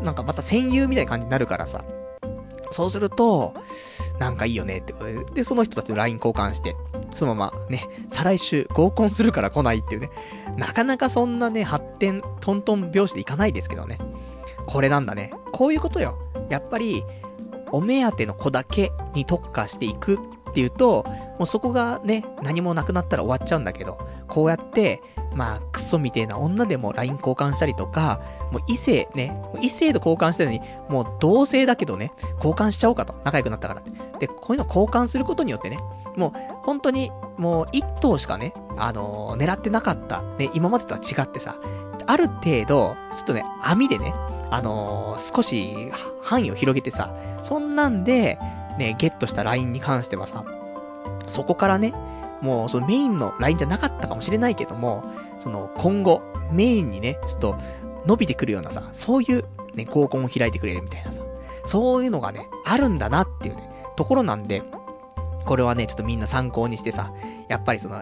なんかまた戦友みたいな感じになるからさ。そうすると、なんかいいよねってことで、で、その人たちと ライン 交換して、そのままね、再来週合コンするから来ないっていうね。なかなかそんなね、発展、トントン拍子でいかないですけどね。これなんだね。こういうことよ。やっぱり、お目当ての子だけに特化していくっていうと、もうそこがね、何もなくなったら終わっちゃうんだけど、こうやって、まあ、クソみてえな女でも ライン 交換したりとか、もう異性ね、異性と交換してるのに、もう同性だけどね、交換しちゃおうかと。仲良くなったからって。で、こういうの交換することによってね、もう、本当に、もう一頭しかね、あのー、狙ってなかった。ね、今までとは違ってさ、ある程度、ちょっとね、網でね、あのー、少し範囲を広げてさ、そんなんで、ね、ゲットした ライン に関してはさ、そこからね、もうそのメインの ライン じゃなかったかもしれないけども、その今後、メインにね、ちょっと伸びてくるようなさ、そういうね、合コンを開いてくれるみたいなさ、そういうのがね、あるんだなっていうね、ところなんで、これはね、ちょっとみんな参考にしてさ、やっぱりその、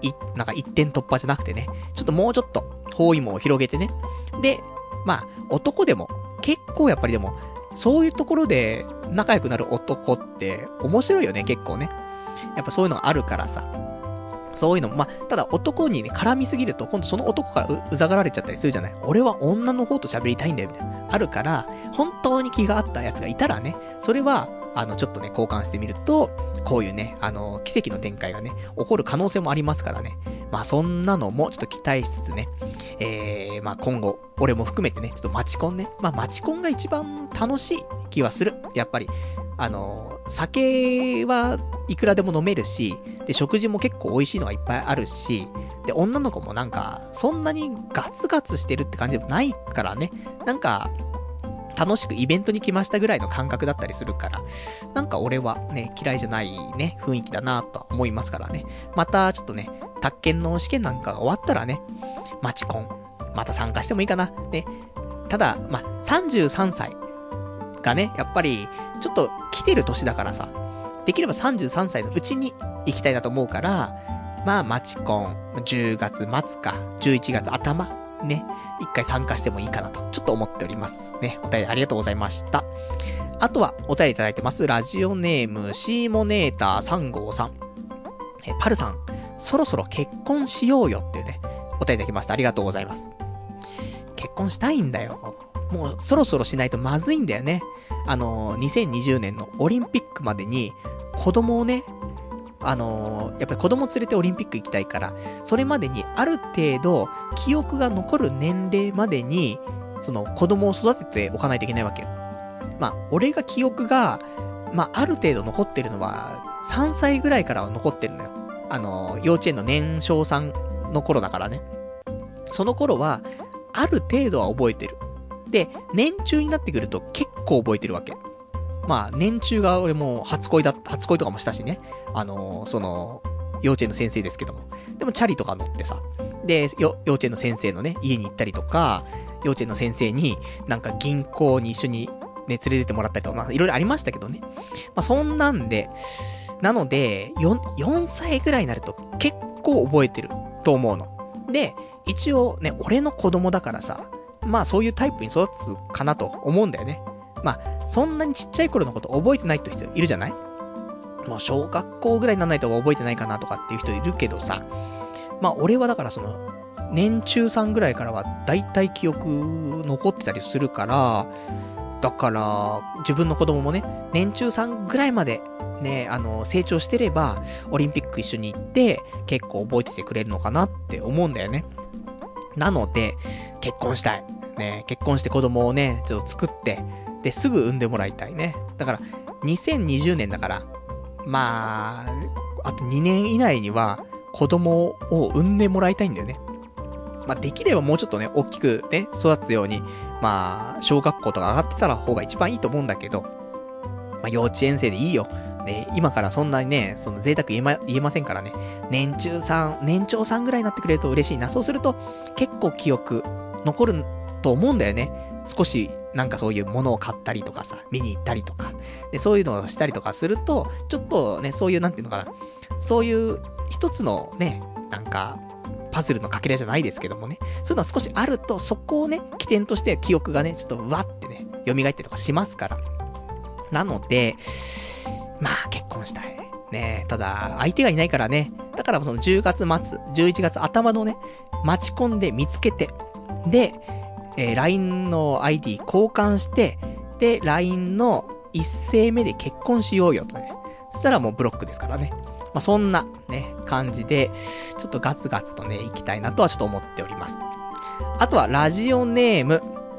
い、なんか一点突破じゃなくてね、ちょっともうちょっと包囲網を広げてね。で、まあ、男でも、結構やっぱりでも、そういうところで仲良くなる男って面白いよね、結構ね。やっぱそういうのがあるからさ。そういうのも、まあ、ただ男にね、絡みすぎると、今度その男から う, うざがられちゃったりするじゃない。俺は女の方と喋りたいんだよ、みたいな。あるから、本当に気が合ったやつがいたらね、それは、あの、ちょっとね、交換してみると、こういうね、あの、奇跡の展開がね、起こる可能性もありますからね。まあ、そんなのもちょっと期待しつつね、えー、まあ今後、俺も含めてね、ちょっとマチコンね。まあ、マチコンが一番楽しい気はする。やっぱり。あの、酒はいくらでも飲めるし、で、食事も結構美味しいのがいっぱいあるし、で、女の子もなんか、そんなにガツガツしてるって感じでもないからね、なんか、楽しくイベントに来ましたぐらいの感覚だったりするから、なんか俺はね、嫌いじゃないね、雰囲気だなと思いますからね。またちょっとね、宅建の試験なんかが終わったらね、マチコン、また参加してもいいかな。ね。ただ、まあ、さんじゅうさんさいがね、やっぱり、ちょっと来てる年だからさ、できればさんじゅうさんさいのうちに行きたいなと思うから、まあ、マチコン、じゅうがつ末か、じゅういちがつ頭、ね、一回参加してもいいかなと、ちょっと思っております。ね、お便りありがとうございました。あとは、お便りいただいてます。ラジオネーム、シーモネーターさんごうさん。え、パルさん、そろそろ結婚しようよっていうね、お便りいただきました。ありがとうございます。結婚したいんだよ。もうそろそろしないとまずいんだよね。あのー、にせんにじゅうねんのオリンピックまでに子供をね、あのー、やっぱり子供連れてオリンピック行きたいから、それまでにある程度記憶が残る年齢までに、その子供を育てておかないといけないわけよ。まあ、俺が記憶が、まあ、ある程度残ってるのは、さんさいぐらいからは残ってるのよ。あのー、幼稚園の年少さんの頃だからね。その頃は、ある程度は覚えてる。で、年中になってくると結構覚えてるわけ。まあ、年中が俺も初恋だ、初恋とかもしたしね。あのー、その、幼稚園の先生ですけども。でもチャリとか乗ってさ。で、よ、幼稚園の先生のね、家に行ったりとか、幼稚園の先生になんか銀行に一緒にね、連れてってもらったりとか、まあ、いろいろありましたけどね。まあ、そんなんで、なので、よん、よんさいぐらいになると結構覚えてると思うの。で、一応ね、俺の子供だからさ、まあそういうタイプに育つかなと思うんだよね。まあ、そんなにちっちゃい頃のこと覚えてないって人いるじゃない？もう小学校ぐらいにならないと覚えてないかなとかっていう人いるけどさ、まあ俺はだからその、年中さんぐらいからはだいたい記憶残ってたりするから、だから自分の子供もね、年中さんぐらいまでね、あの、成長してれば、オリンピック一緒に行って、結構覚えててくれるのかなって思うんだよね。なので、結婚したい。ね、結婚して子供をね、ちょっと作って、で、すぐ産んでもらいたいね。だから、にせんにじゅうねんだから、まあ、あとにねん以内には、子供を産んでもらいたいんだよね。まあ、できればもうちょっとね、大きくね、育つように、まあ、小学校とか上がってたら方が一番いいと思うんだけど、まあ、幼稚園生でいいよ。ね、今からそんなにね、その贅沢言えま、言えませんからね。年中さん、年長さんぐらいになってくれると嬉しいな。そうすると、結構記憶、残ると思うんだよね。少し、なんかそういうものを買ったりとかさ、見に行ったりとか。で、そういうのをしたりとかすると、ちょっとね、そういう、なんていうのかな。そういう、一つのね、なんか、パズルのかけらじゃないですけどもね。そういうのは少しあると、そこをね、起点として記憶がね、ちょっとわってね、蘇ったりとかしますから。なので、まあ結婚したい。ね、ただ、相手がいないからね。だからそのじゅうがつ末、じゅういちがつ頭のね、待ち込んで見つけて、で、えー、ライン の アイディー 交換して、で、ライン の一声目で結婚しようよとね。そしたらもうブロックですからね。まあそんなね、感じで、ちょっとガツガツとね、行きたいなとはちょっと思っております。あとは、ラジオネーム、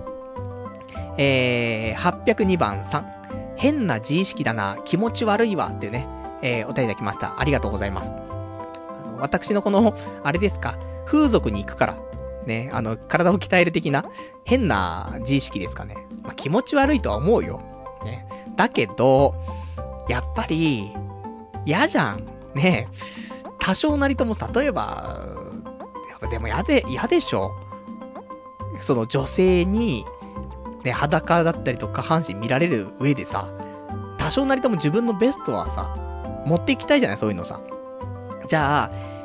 えー、はっぴゃくにばんさん。変な自意識だな、気持ち悪いわっていうね、えー、お便りいただきました。ありがとうございます。あの、私のこの、あれですか、風俗に行くから、ね、あの、体を鍛える的な、変な自意識ですかね。まあ、気持ち悪いとは思うよ。ね。だけど、やっぱり、嫌じゃん。ね。多少なりとも、例えば、やっぱでも嫌で、嫌でしょ。その女性に、ね、裸だったりとか下半身見られる上でさ、多少なりとも自分のベストはさ、持っていきたいじゃない、そういうのさ。じゃあ、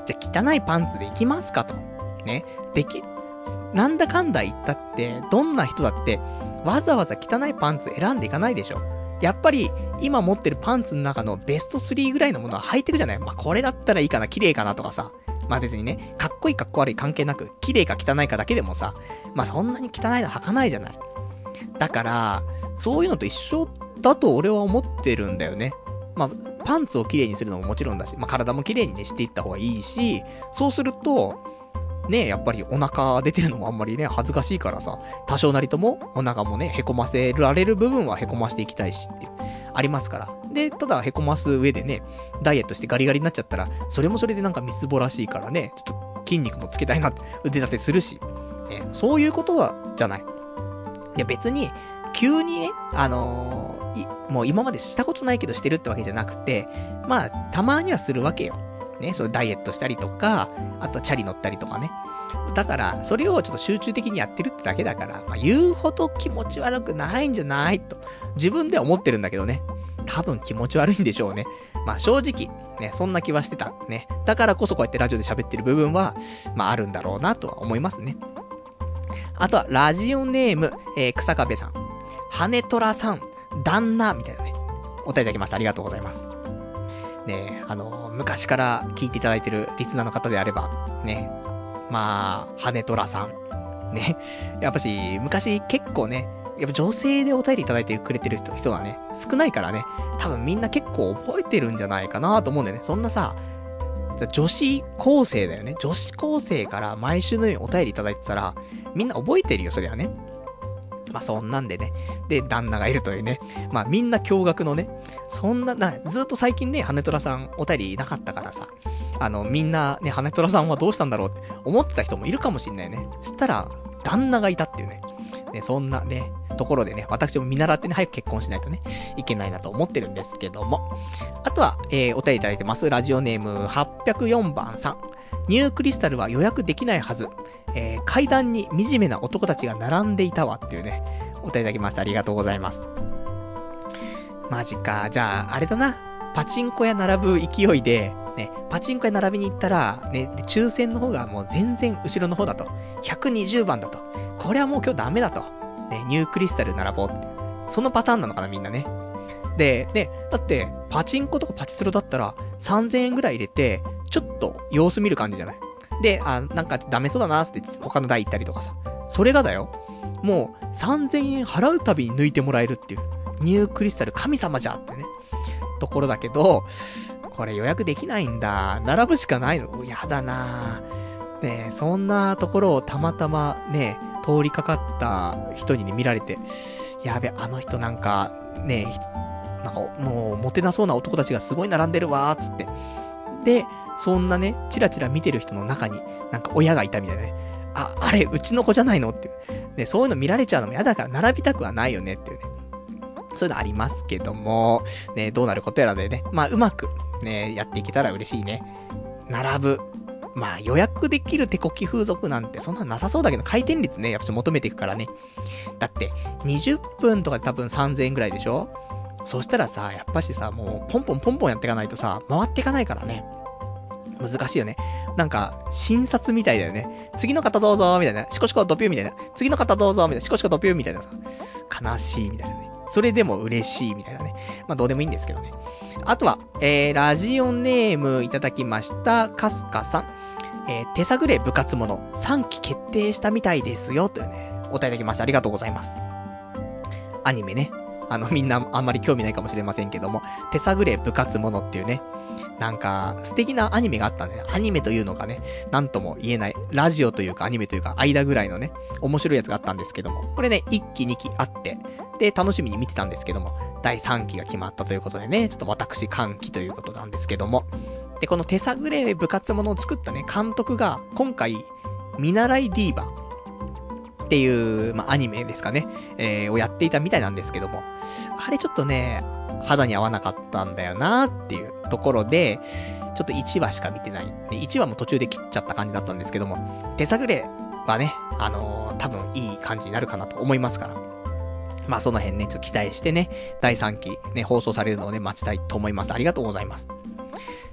じゃあ汚いパンツで行きますかと。ね。でき、なんだかんだ言ったって、どんな人だって、わざわざ汚いパンツ選んでいかないでしょ。やっぱり、今持ってるパンツの中のベストスリーぐらいのものは履いてくじゃない。まあ、これだったらいいかな、綺麗かなとかさ。まあ別にね、かっこいいかっこ悪い関係なく、綺麗か汚いかだけでもさ、まあそんなに汚いの履かないじゃない。だから、そういうのと一緒だと俺は思ってるんだよね。まあ、パンツを綺麗にするのももちろんだし、まあ体も綺麗にね、していった方がいいし、そうすると、ね、やっぱりお腹出てるのもあんまりね、恥ずかしいからさ、多少なりともお腹もね、へこませられる部分はへこましていきたいしっていう、ありますから。で、ただへこます上でね、ダイエットしてガリガリになっちゃったら、それもそれでなんかみすぼらしいからね、ちょっと筋肉もつけたいなって腕立てするし、ね、そういうことは、じゃない。いや別に、急にね、あのー、もう今までしたことないけどしてるってわけじゃなくて、まあ、たまにはするわけよ。ね、そういうダイエットしたりとか、あとチャリ乗ったりとかね。だから、それをちょっと集中的にやってるってだけだから、まあ、言うほど気持ち悪くないんじゃないと、自分では思ってるんだけどね。多分気持ち悪いんでしょうね。まあ正直、ね、そんな気はしてた。ね。だからこそこうやってラジオで喋ってる部分は、まああるんだろうなとは思いますね。あとは、ラジオネーム、えー、草壁さん。羽虎さん、旦那、みたいなね。お便りいただきました。ありがとうございます。ね、あの、昔から聞いていただいてるリスナーの方であれば、ね、まあ、羽虎さん、ね、やっぱし、昔結構ね、やっぱ女性でお便りいただいてくれてる人、人がね、少ないからね、多分みんな結構覚えてるんじゃないかなと思うんだよね。そんなさ、女子高生だよね。女子高生から毎週のようにお便りいただいてたら、みんな覚えてるよ、そりゃね。まあそんなんでね。で、旦那がいるというね。まあみんな驚愕のね。そんな、な、ずっと最近ね、羽虎さんお便りなかったからさ。あの、みんなね、羽虎さんはどうしたんだろうって思ってた人もいるかもしんないね。そしたら、旦那がいたっていうね。ね、そんなね、ところでね、私も見習ってね、早く結婚しないとね、いけないなと思ってるんですけども。あとは、えー、お便りいただいてます。ラジオネームはっぴゃくよんばんさん。ニュークリスタルは予約できないはず。えー、階段に惨めな男たちが並んでいたわっていうね、お便りいただきました。ありがとうございます。マジか。じゃあ、あれだな。パチンコ屋並ぶ勢いで、ね、パチンコ屋並びに行ったら、ね、抽選の方がもう全然後ろの方だと。ひゃくにじゅうばんだと。これはもう今日ダメだと。ね、ニュークリスタル並ぼうって。そのパターンなのかな、みんなね。で、ね、だって、パチンコとかパチスロだったら、さんぜんえんぐらい入れて、ちょっと様子見る感じじゃない。で、あ、なんかダメそうだなーって他の台行ったりとかさ。それがだよ。もうさんぜんえん払うたびに抜いてもらえるっていう。ニュークリスタル神様じゃってね。ところだけど、これ予約できないんだ。並ぶしかないの。やだなぁ。ねえ、そんなところをたまたまね、通りかかった人にね、見られて、やべ、あの人なんか、ねえ、なんかもうモテなそうな男たちがすごい並んでるわーつって。で、そんなね、チラチラ見てる人の中に、なんか親がいたみたいなね。あ、あれ、うちの子じゃないのっていう。ね、そういうの見られちゃうのも嫌だから並びたくはないよねっていうね。そういうのありますけども、ね、どうなることやらでね、まあ、うまく、ね、やっていけたら嬉しいね。並ぶ。まあ、予約できる手こき風俗なんてそんななさそうだけど、回転率ね、やっぱ求めていくからね。だって、にじゅっぷんとかで多分さんぜんえんぐらいでしょ？そしたらさ、やっぱしさ、もう、ポンポンポンポンやっていかないとさ、回っていかないからね。難しいよね。なんか、診察みたいだよね。次の方どうぞみたいな。シコシコドピューみたいな。次の方どうぞみたいな。シコシコドピューみたいなさ。悲しいみたいなね。それでも嬉しいみたいなね。まあどうでもいいんですけどね。あとは、えー、ラジオネームいただきました。カスカさん。えー、手探れ部活者さんき決定したみたいですよ。というね、お便りいただきました。ありがとうございます。アニメね。あの、みんなあんまり興味ないかもしれませんけども、手探れ部活者っていうね、なんか、素敵なアニメがあったんでね。アニメというのがね、なんとも言えない、ラジオというかアニメというか、間ぐらいのね、面白いやつがあったんですけども、これね、いっきにきあって、で、楽しみに見てたんですけども、だいさんきが決まったということでね、ちょっと私歓喜ということなんですけども、で、この手探れ部活者を作ったね、監督が、今回、見習いディーバっていう、まあ、アニメですかね、えー、をやっていたみたいなんですけども、あれちょっとね、肌に合わなかったんだよなーっていうところで、ちょっといちわしか見てない。で、いちわも途中で切っちゃった感じだったんですけども、手探れはね、あのー、多分いい感じになるかなと思いますから。まあその辺ね、ちょっと期待してね、だいさんきね、放送されるのをね、待ちたいと思います。ありがとうございます。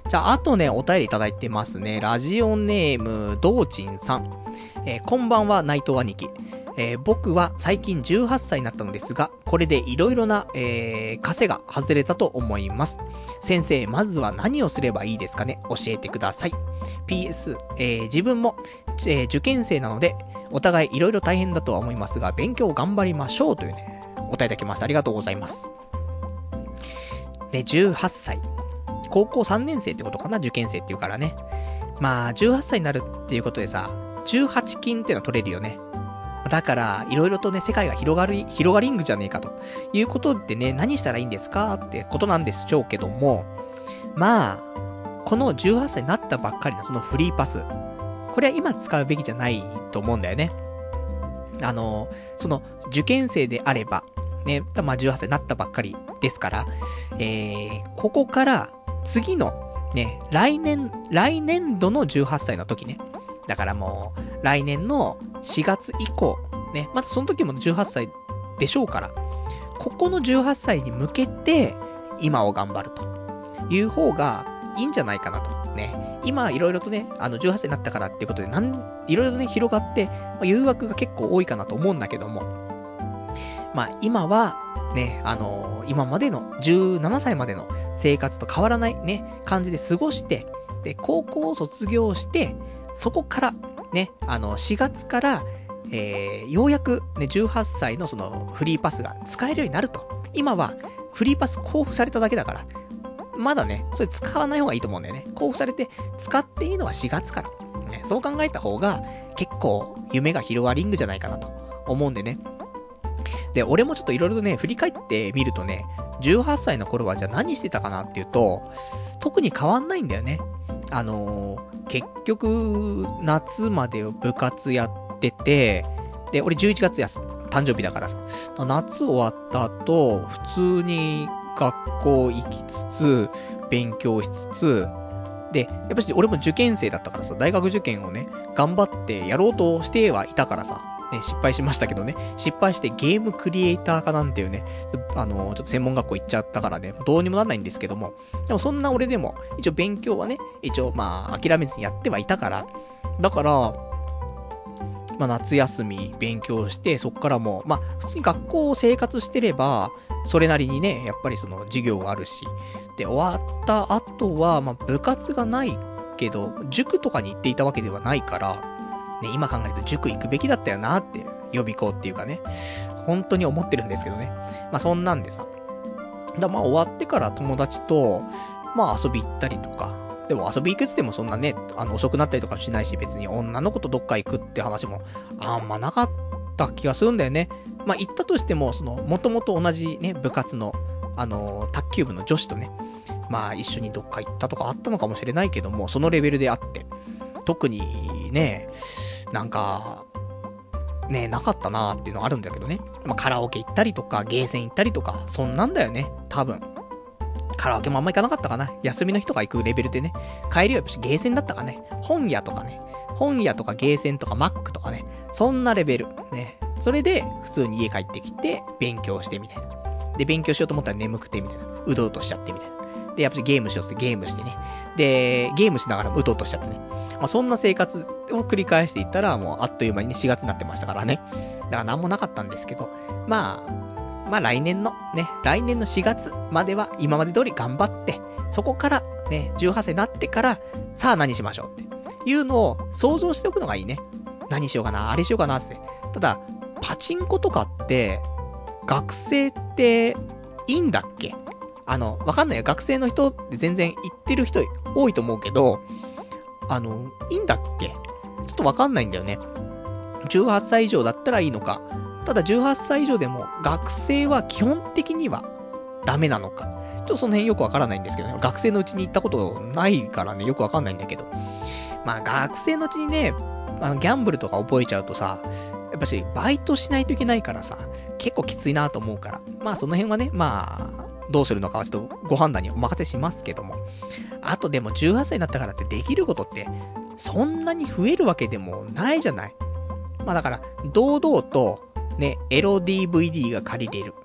じゃあ、あとね、お便りいただいてますね。ラジオネーム、どうちんさん。えー、こんばんは、内藤兄貴。えー、僕は最近じゅうはっさいになったのですが、これでいろいろな、えー、枷が外れたと思います。先生、まずは何をすればいいですかね？教えてください。ピーエス、えー、自分も、えー、受験生なので、お互いいろいろ大変だとは思いますが、勉強頑張りましょうというね、お便りいただきました。ありがとうございます。ね、じゅうはっさい。高校さんねん生ってことかな、受験生っていうからね。まあ、じゅうはっさいになるっていうことでさ、じゅうはち金ってのは取れるよね。だから、いろいろとね、世界が広がる、広がりんぐじゃねえかということでね、何したらいいんですかってことなんでしょうけども、まあ、このじゅうはっさいになったばっかりのそのフリーパス、これは今使うべきじゃないと思うんだよね。あの、その、受験生であれば、ね、まあじゅうはっさいになったばっかりですから、えー、ここから次の、ね、来年、来年度のじゅうはっさいの時ね。だからもう、来年のしがつ以降、ね、またその時もじゅうはっさいでしょうから、ここのじゅうはっさいに向けて、今を頑張るという方がいいんじゃないかなと。ね、今いろいろとね、あのじゅうはっさいになったからっていうことで、なん、いろいろとね、広がって、まあ、誘惑が結構多いかなと思うんだけども、まあ今は、ね、あのー、今までのじゅうななさいまでの生活と変わらないね、感じで過ごして、で、高校を卒業して、そこから、ね、あの、しがつから、えー、ようやくね、じゅうはっさいのそのフリーパスが使えるようになると。今は、フリーパス交付されただけだから、まだね、それ使わない方がいいと思うんだよね。交付されて、使っていいのはしがつから。ね、そう考えた方が、結構、夢が広がりんぐじゃないかなと思うんでね。で、俺もちょっといろいろとね、振り返ってみるとね、じゅうはっさいの頃はじゃあ何してたかなっていうと、特に変わんないんだよね。あのー、結局、夏まで部活やってて、で、俺じゅういちがつやす、誕生日だからさ、夏終わった後、普通に学校行きつつ、勉強しつつ、で、やっぱり俺も受験生だったからさ、大学受験をね、頑張ってやろうとしてはいたからさ、ね、失敗しましたけどね、失敗してゲームクリエイターかなんていうね、あのー、ちょっと専門学校行っちゃったからね、どうにもなんないんですけども、でもそんな俺でも、一応勉強はね、一応まあ諦めずにやってはいたから、だから、まあ夏休み勉強して、そっからもう、まあ普通に学校生活してれば、それなりにね、やっぱりその授業があるし、で、終わった後は、まあ部活がないけど、塾とかに行っていたわけではないから、ね、今考えると塾行くべきだったよなって、予備校っていうかね、本当に思ってるんですけどね。まあそんなんでさ。だまあ終わってから友達と、まあ遊び行ったりとか、でも遊び行くって言ってもそんなね、あの遅くなったりとかしないし、別に女の子とどっか行くって話もあんまなかった気がするんだよね。まあ行ったとしても、その、もともと同じね、部活の、あのー、卓球部の女子とね、まあ一緒にどっか行ったとかあったのかもしれないけども、そのレベルであって、特にね、なんか、ね、なかったなーっていうのがあるんだけどね。まあカラオケ行ったりとか、ゲーセン行ったりとか、そんなんだよね、多分。カラオケもあんま行かなかったかな。休みの日とか行くレベルでね。帰りはやっぱしゲーセンだったかね。本屋とかね。本屋とかゲーセンとかマックとかね。そんなレベル。ね。それで、普通に家帰ってきて、勉強してみたいな。で、勉強しようと思ったら眠くてみたいな。うどうとしちゃってみたいな。で、やっぱりゲームしようってゲームしてね。で、ゲームしながらもうどうとしちゃってね。まあ、そんな生活を繰り返していったら、もうあっという間にね、しがつになってましたからね。だからなんもなかったんですけど、まあ、まあ来年のね、来年のしがつまでは今まで通り頑張って、そこからね、じゅうはっさいになってから、さあ何しましょうっていうのを想像しておくのがいいね。何しようかな、あれしようかなって。ただ、パチンコとかって、学生っていいんだっけ？あの、わかんないよ。学生の人って全然行ってる人多いと思うけど、あの、いいんだっけ？ちょっとわかんないんだよね。じゅうはっさい以上だったらいいのか。ただじゅうはっさい以上でも学生は基本的にはダメなのか。ちょっとその辺よくわからないんですけどね。学生のうちに行ったことないからね、よくわかんないんだけど。まあ学生のうちにね、あのギャンブルとか覚えちゃうとさ、やっぱしバイトしないといけないからさ、結構きついなと思うから。まあその辺はね、まあ、どうするのかはちょっとご判断にお任せしますけども。あとでもじゅうはっさいになったからってできることって、そんなに増えるわけでもないじゃない。まあだから、堂々と、ね、エロ ディーブイディー が借りれる。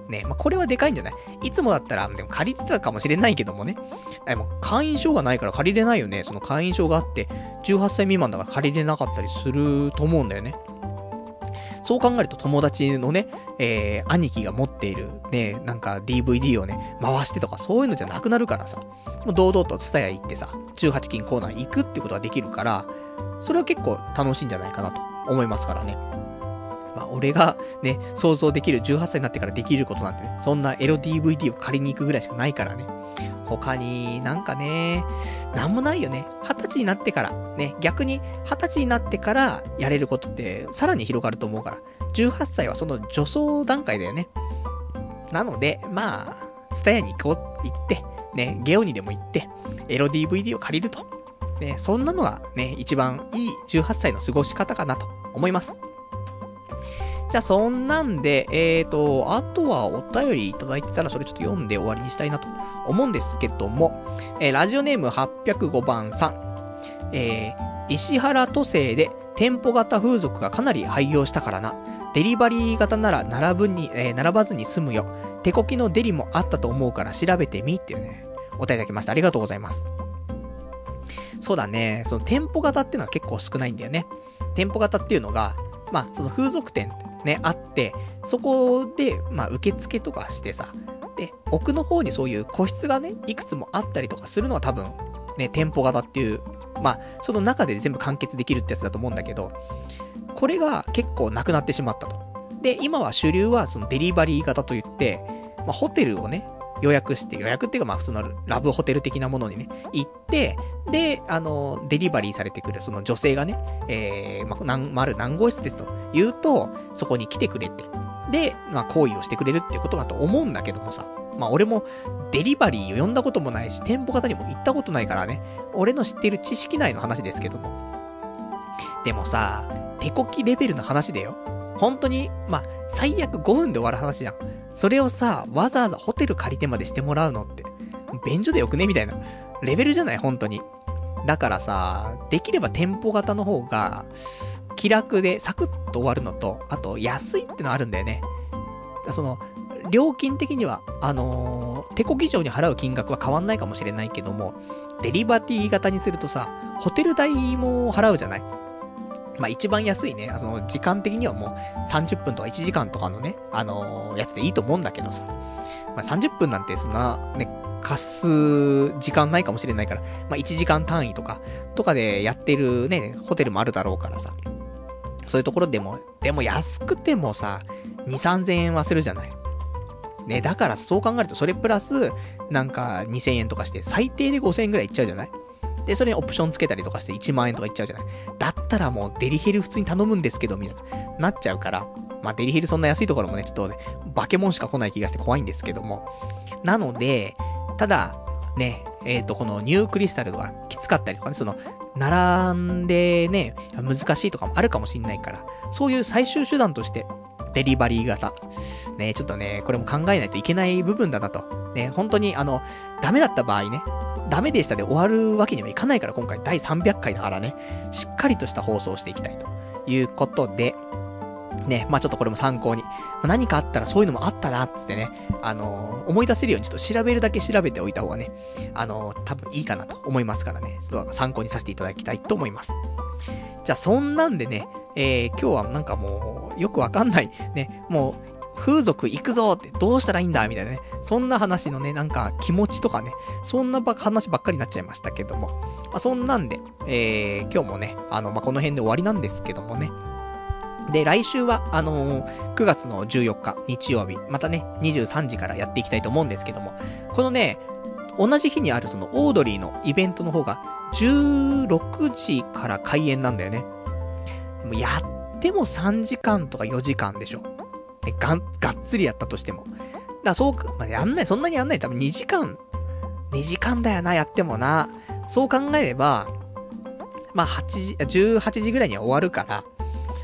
ね、まあ、これはでかいんじゃない？いつもだったら、でも借りてたかもしれないけどもね。でも、会員証がないから借りれないよね。その会員証があって、じゅうはっさい未満だから借りれなかったりすると思うんだよね。そう考えると友達のね、えー、兄貴が持っているね、なんか ディーブイディー をね、回してとかそういうのじゃなくなるからさ、もう堂々とツタヤ行ってさ、じゅうはち金コーナー行くってことができるから、それは結構楽しいんじゃないかなと思いますからね。まあ、俺がね、想像できるじゅうはっさいになってからできることなんてね、そんなエロ ディーブイディー を借りに行くぐらいしかないからね。他になんかね、なんもないよね。二十歳になってから、ね、逆に二十歳になってからやれることってさらに広がると思うから、じゅうはっさいはその助走段階だよね。なので、まあ、ツタヤに行こう、行って、ね、ゲオにでも行って、エロ ディーブイディー を借りると。ね、そんなのがね、一番いいじゅうはっさいの過ごし方かなと思います。じゃあそんなんで、えーと、あとはお便りいただいてたらそれちょっと読んで終わりにしたいなと思うんですけども、えー、ラジオネームはっぴゃくごばんさん、えー、石原都政で店舗型風俗がかなり廃業したからな。デリバリー型なら並ぶに、えー、並ばずに済むよ。手こきのデリもあったと思うから調べてみっていうね、お便りいただきました。ありがとうございます。そうだね、その店舗型っていうのは結構少ないんだよね。店舗型っていうのが、まあその風俗店ね、あって、そこで、まあ、受付とかしてさ、で、奥の方にそういう個室がね、いくつもあったりとかするのは多分、ね、店舗型っていう、まあ、その中で全部完結できるってやつだと思うんだけど、これが結構なくなってしまったと。で、今は主流はそのデリバリー型といって、まあ、ホテルをね、予約して、予約っていうかまあ普通のラブホテル的なものにね、行って、で、あの、デリバリーされてくるその女性がね、えー、まあ、何、丸何号室ですと言うと、そこに来てくれて、で、まあ行為をしてくれるっていうことだと思うんだけどもさ、まあ俺もデリバリーを呼んだこともないし、店舗型にも行ったことないからね、俺の知っている知識内の話ですけども。でもさ、手こきレベルの話でよ。本当に、まあ、最悪ごふんで終わる話じゃん。それをさ、わざわざホテル借りてまでしてもらうのって、便所でよくねみたいなレベルじゃない本当に。だからさ、できれば店舗型の方が、気楽でサクッと終わるのと、あと安いってのあるんだよね。その、料金的には、あのー、手こき上に払う金額は変わんないかもしれないけども、デリバリー型にするとさ、ホテル代も払うじゃない。まあ一番安いね、その時間的にはもうさんじゅっぷんとかいちじかんとかのね、あのー、やつでいいと思うんだけどさ。まあさんじゅっぷんなんてそんなね、貸す時間ないかもしれないから、まあいちじかん単位とか、とかでやってるね、ホテルもあるだろうからさ。そういうところでも、でも安くてもさ、に、さんぜんえんはするじゃない。ね、だからさ、そう考えるとそれプラス、なんかにせんえんとかして、最低でごせんえんくらいいっちゃうじゃない。で、それにオプションつけたりとかしていちまんえんとかいっちゃうじゃない。だったらもうデリヘル普通に頼むんですけど、みたいな、なっちゃうから。まあデリヘルそんな安いところもね、ちょっとね、化け物しか来ない気がして怖いんですけども。なので、ただ、ね、えっと、このニュークリスタルがきつかったりとかね、その、並んでね、難しいとかもあるかもしんないから、そういう最終手段として、デリバリー型。ね、ちょっとね、これも考えないといけない部分だなと。ね、本当にあの、ダメだった場合ね、ダメでしたで終わるわけにはいかないから、今回だいさんびゃっかいだからね、しっかりとした放送をしていきたいということで、ね、まあちょっとこれも参考に、何かあったらそういうのもあったなっつってね、あのー、思い出せるようにちょっと調べるだけ調べておいた方がね、あのー、多分いいかなと思いますからね、ちょっと参考にさせていただきたいと思います。じゃあそんなんでね、えー、今日はなんかもう、よくわかんない、ね、もう、風俗行くぞってどうしたらいいんだみたいなね、そんな話のね、なんか気持ちとかね、そんなば話ばっかりになっちゃいましたけども、まあそんなんで、えー、今日もね、あの、まあこの辺で終わりなんですけどもね、で、来週は、あのー、くがつのじゅうよっか、日曜日、またね、にじゅうさんじからやっていきたいと思うんですけども、このね、同じ日にあるその、オードリーのイベントの方が、じゅうろくじから開演なんだよね。でもやってもさんじかんとかよじかんでしょ。ね、がん、がっつりやったとしても。だからそうか、まあ、やんない、そんなにやんない。多分にじかん、にじかんだよな、やってもな。そう考えれば、まあはちじ、じゅうはちじぐらいには終わるから、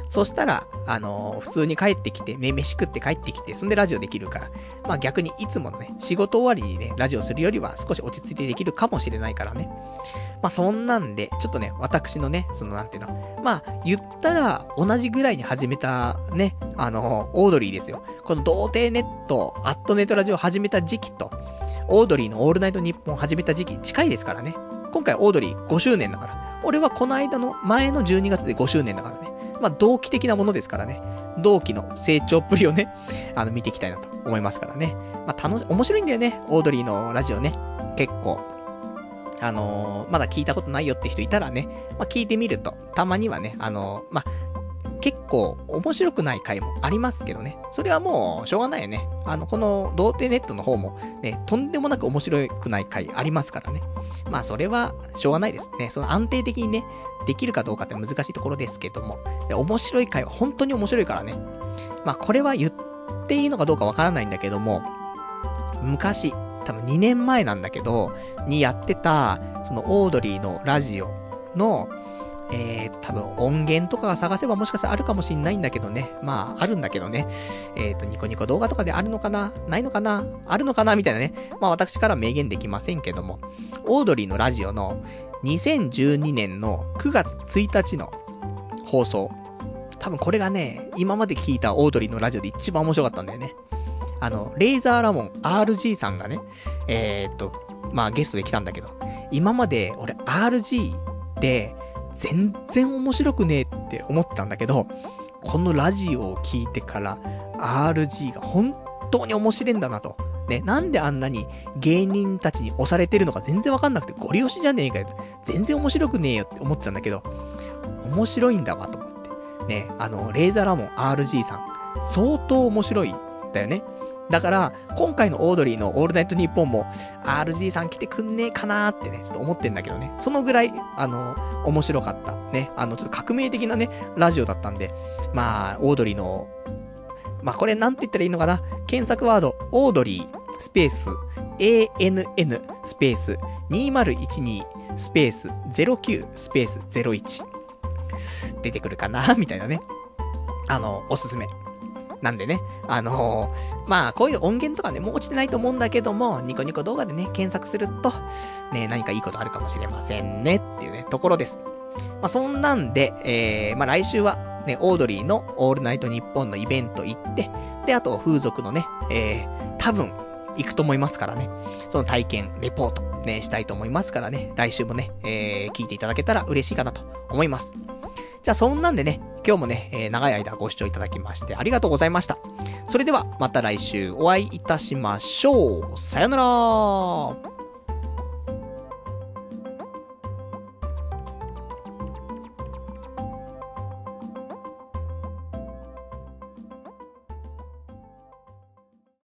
そしたら、あのー、普通に帰ってきて、ね、飯食って帰ってきて、そんでラジオできるから、まあ逆にいつものね、仕事終わりにね、ラジオするよりは少し落ち着いてできるかもしれないからね。まあそんなんで、ちょっとね、私のね、そのなんていうの、まあ言ったら同じぐらいに始めたね、あのー、オードリーですよ。この童貞ネット、アットネットラジオ始めた時期と、オードリーのオールナイトニッポン始めた時期近いですからね。今回オードリーごしゅうねんだから。俺はこの間の前のじゅうにがつでごしゅうねんだからね。まあ同期的なものですからね。同期の成長っぷりをね、あの見ていきたいなと思いますからね。まあ楽し、面白いんだよね。オードリーのラジオね。結構。あのー、まだ聞いたことないよって人いたらね、まあ聞いてみると、たまにはね、あのー、まあ、結構面白くない回もありますけどね。それはもうしょうがないよね。あの、この童貞ネットの方もね、とんでもなく面白くない回ありますからね。まあそれはしょうがないですね。その安定的にね、できるかどうかって難しいところですけども。面白い回は本当に面白いからね。まあこれは言っていいのかどうかわからないんだけども、昔、多分にねんまえなんだけど、にやってた、そのオードリーのラジオの、えーと、多分音源とかが探せばもしかしたらあるかもしんないんだけどね。まあ、あるんだけどね。えーと、ニコニコ動画とかであるのかなないのかなあるのかなみたいなね。まあ私からは明言できませんけども。オードリーのラジオのにせんじゅうにねんのくがつついたちの放送。多分これがね、今まで聞いたオードリーのラジオで一番面白かったんだよね。あの、レイザーラモン アールジー さんがね、えーと、まあゲストで来たんだけど、今まで俺 アールジー って、全然面白くねえって思ってたんだけど、このラジオを聞いてから アールジー が本当に面白いんだなと。ね、なんであんなに芸人たちに押されてるのか全然わかんなくてゴリ押しじゃねえかよ。全然面白くねえよって思ってたんだけど、面白いんだわと思って。ね、あの、レイザーラモン アールジー さん、相当面白いんだよね。だから、今回のオードリーのオールナイトニッポンも、アールジー さん来てくんねえかなーってね、ちょっと思ってんだけどね。そのぐらい、あの、面白かった。ね。あの、ちょっと革命的なね、ラジオだったんで、まあ、オードリーの、まあ、これなんて言ったらいいのかな。検索ワード、オードリー、スペース、エーエヌエヌ、スペース、にせんじゅうに、スペース、ゼロきゅう、スペース、ゼロいち。出てくるかなみたいなね。あの、おすすめ。なんでね、あのー、まあ、こういう音源とかね、もう落ちてないと思うんだけども、ニコニコ動画でね、検索すると、ね、何かいいことあるかもしれませんね、っていうね、ところです。まあ、そんなんで、えー、まあ来週は、ね、オードリーのオールナイトニッポンのイベント行って、で、あと、風俗のね、えー、多分、行くと思いますからね、その体験、レポート、ね、したいと思いますからね、来週もね、えー、聞いていただけたら嬉しいかなと思います。じゃあそんなんでね、今日もね、えー、長い間ご視聴いただきましてありがとうございました。それではまた来週お会いいたしましょう。さよなら。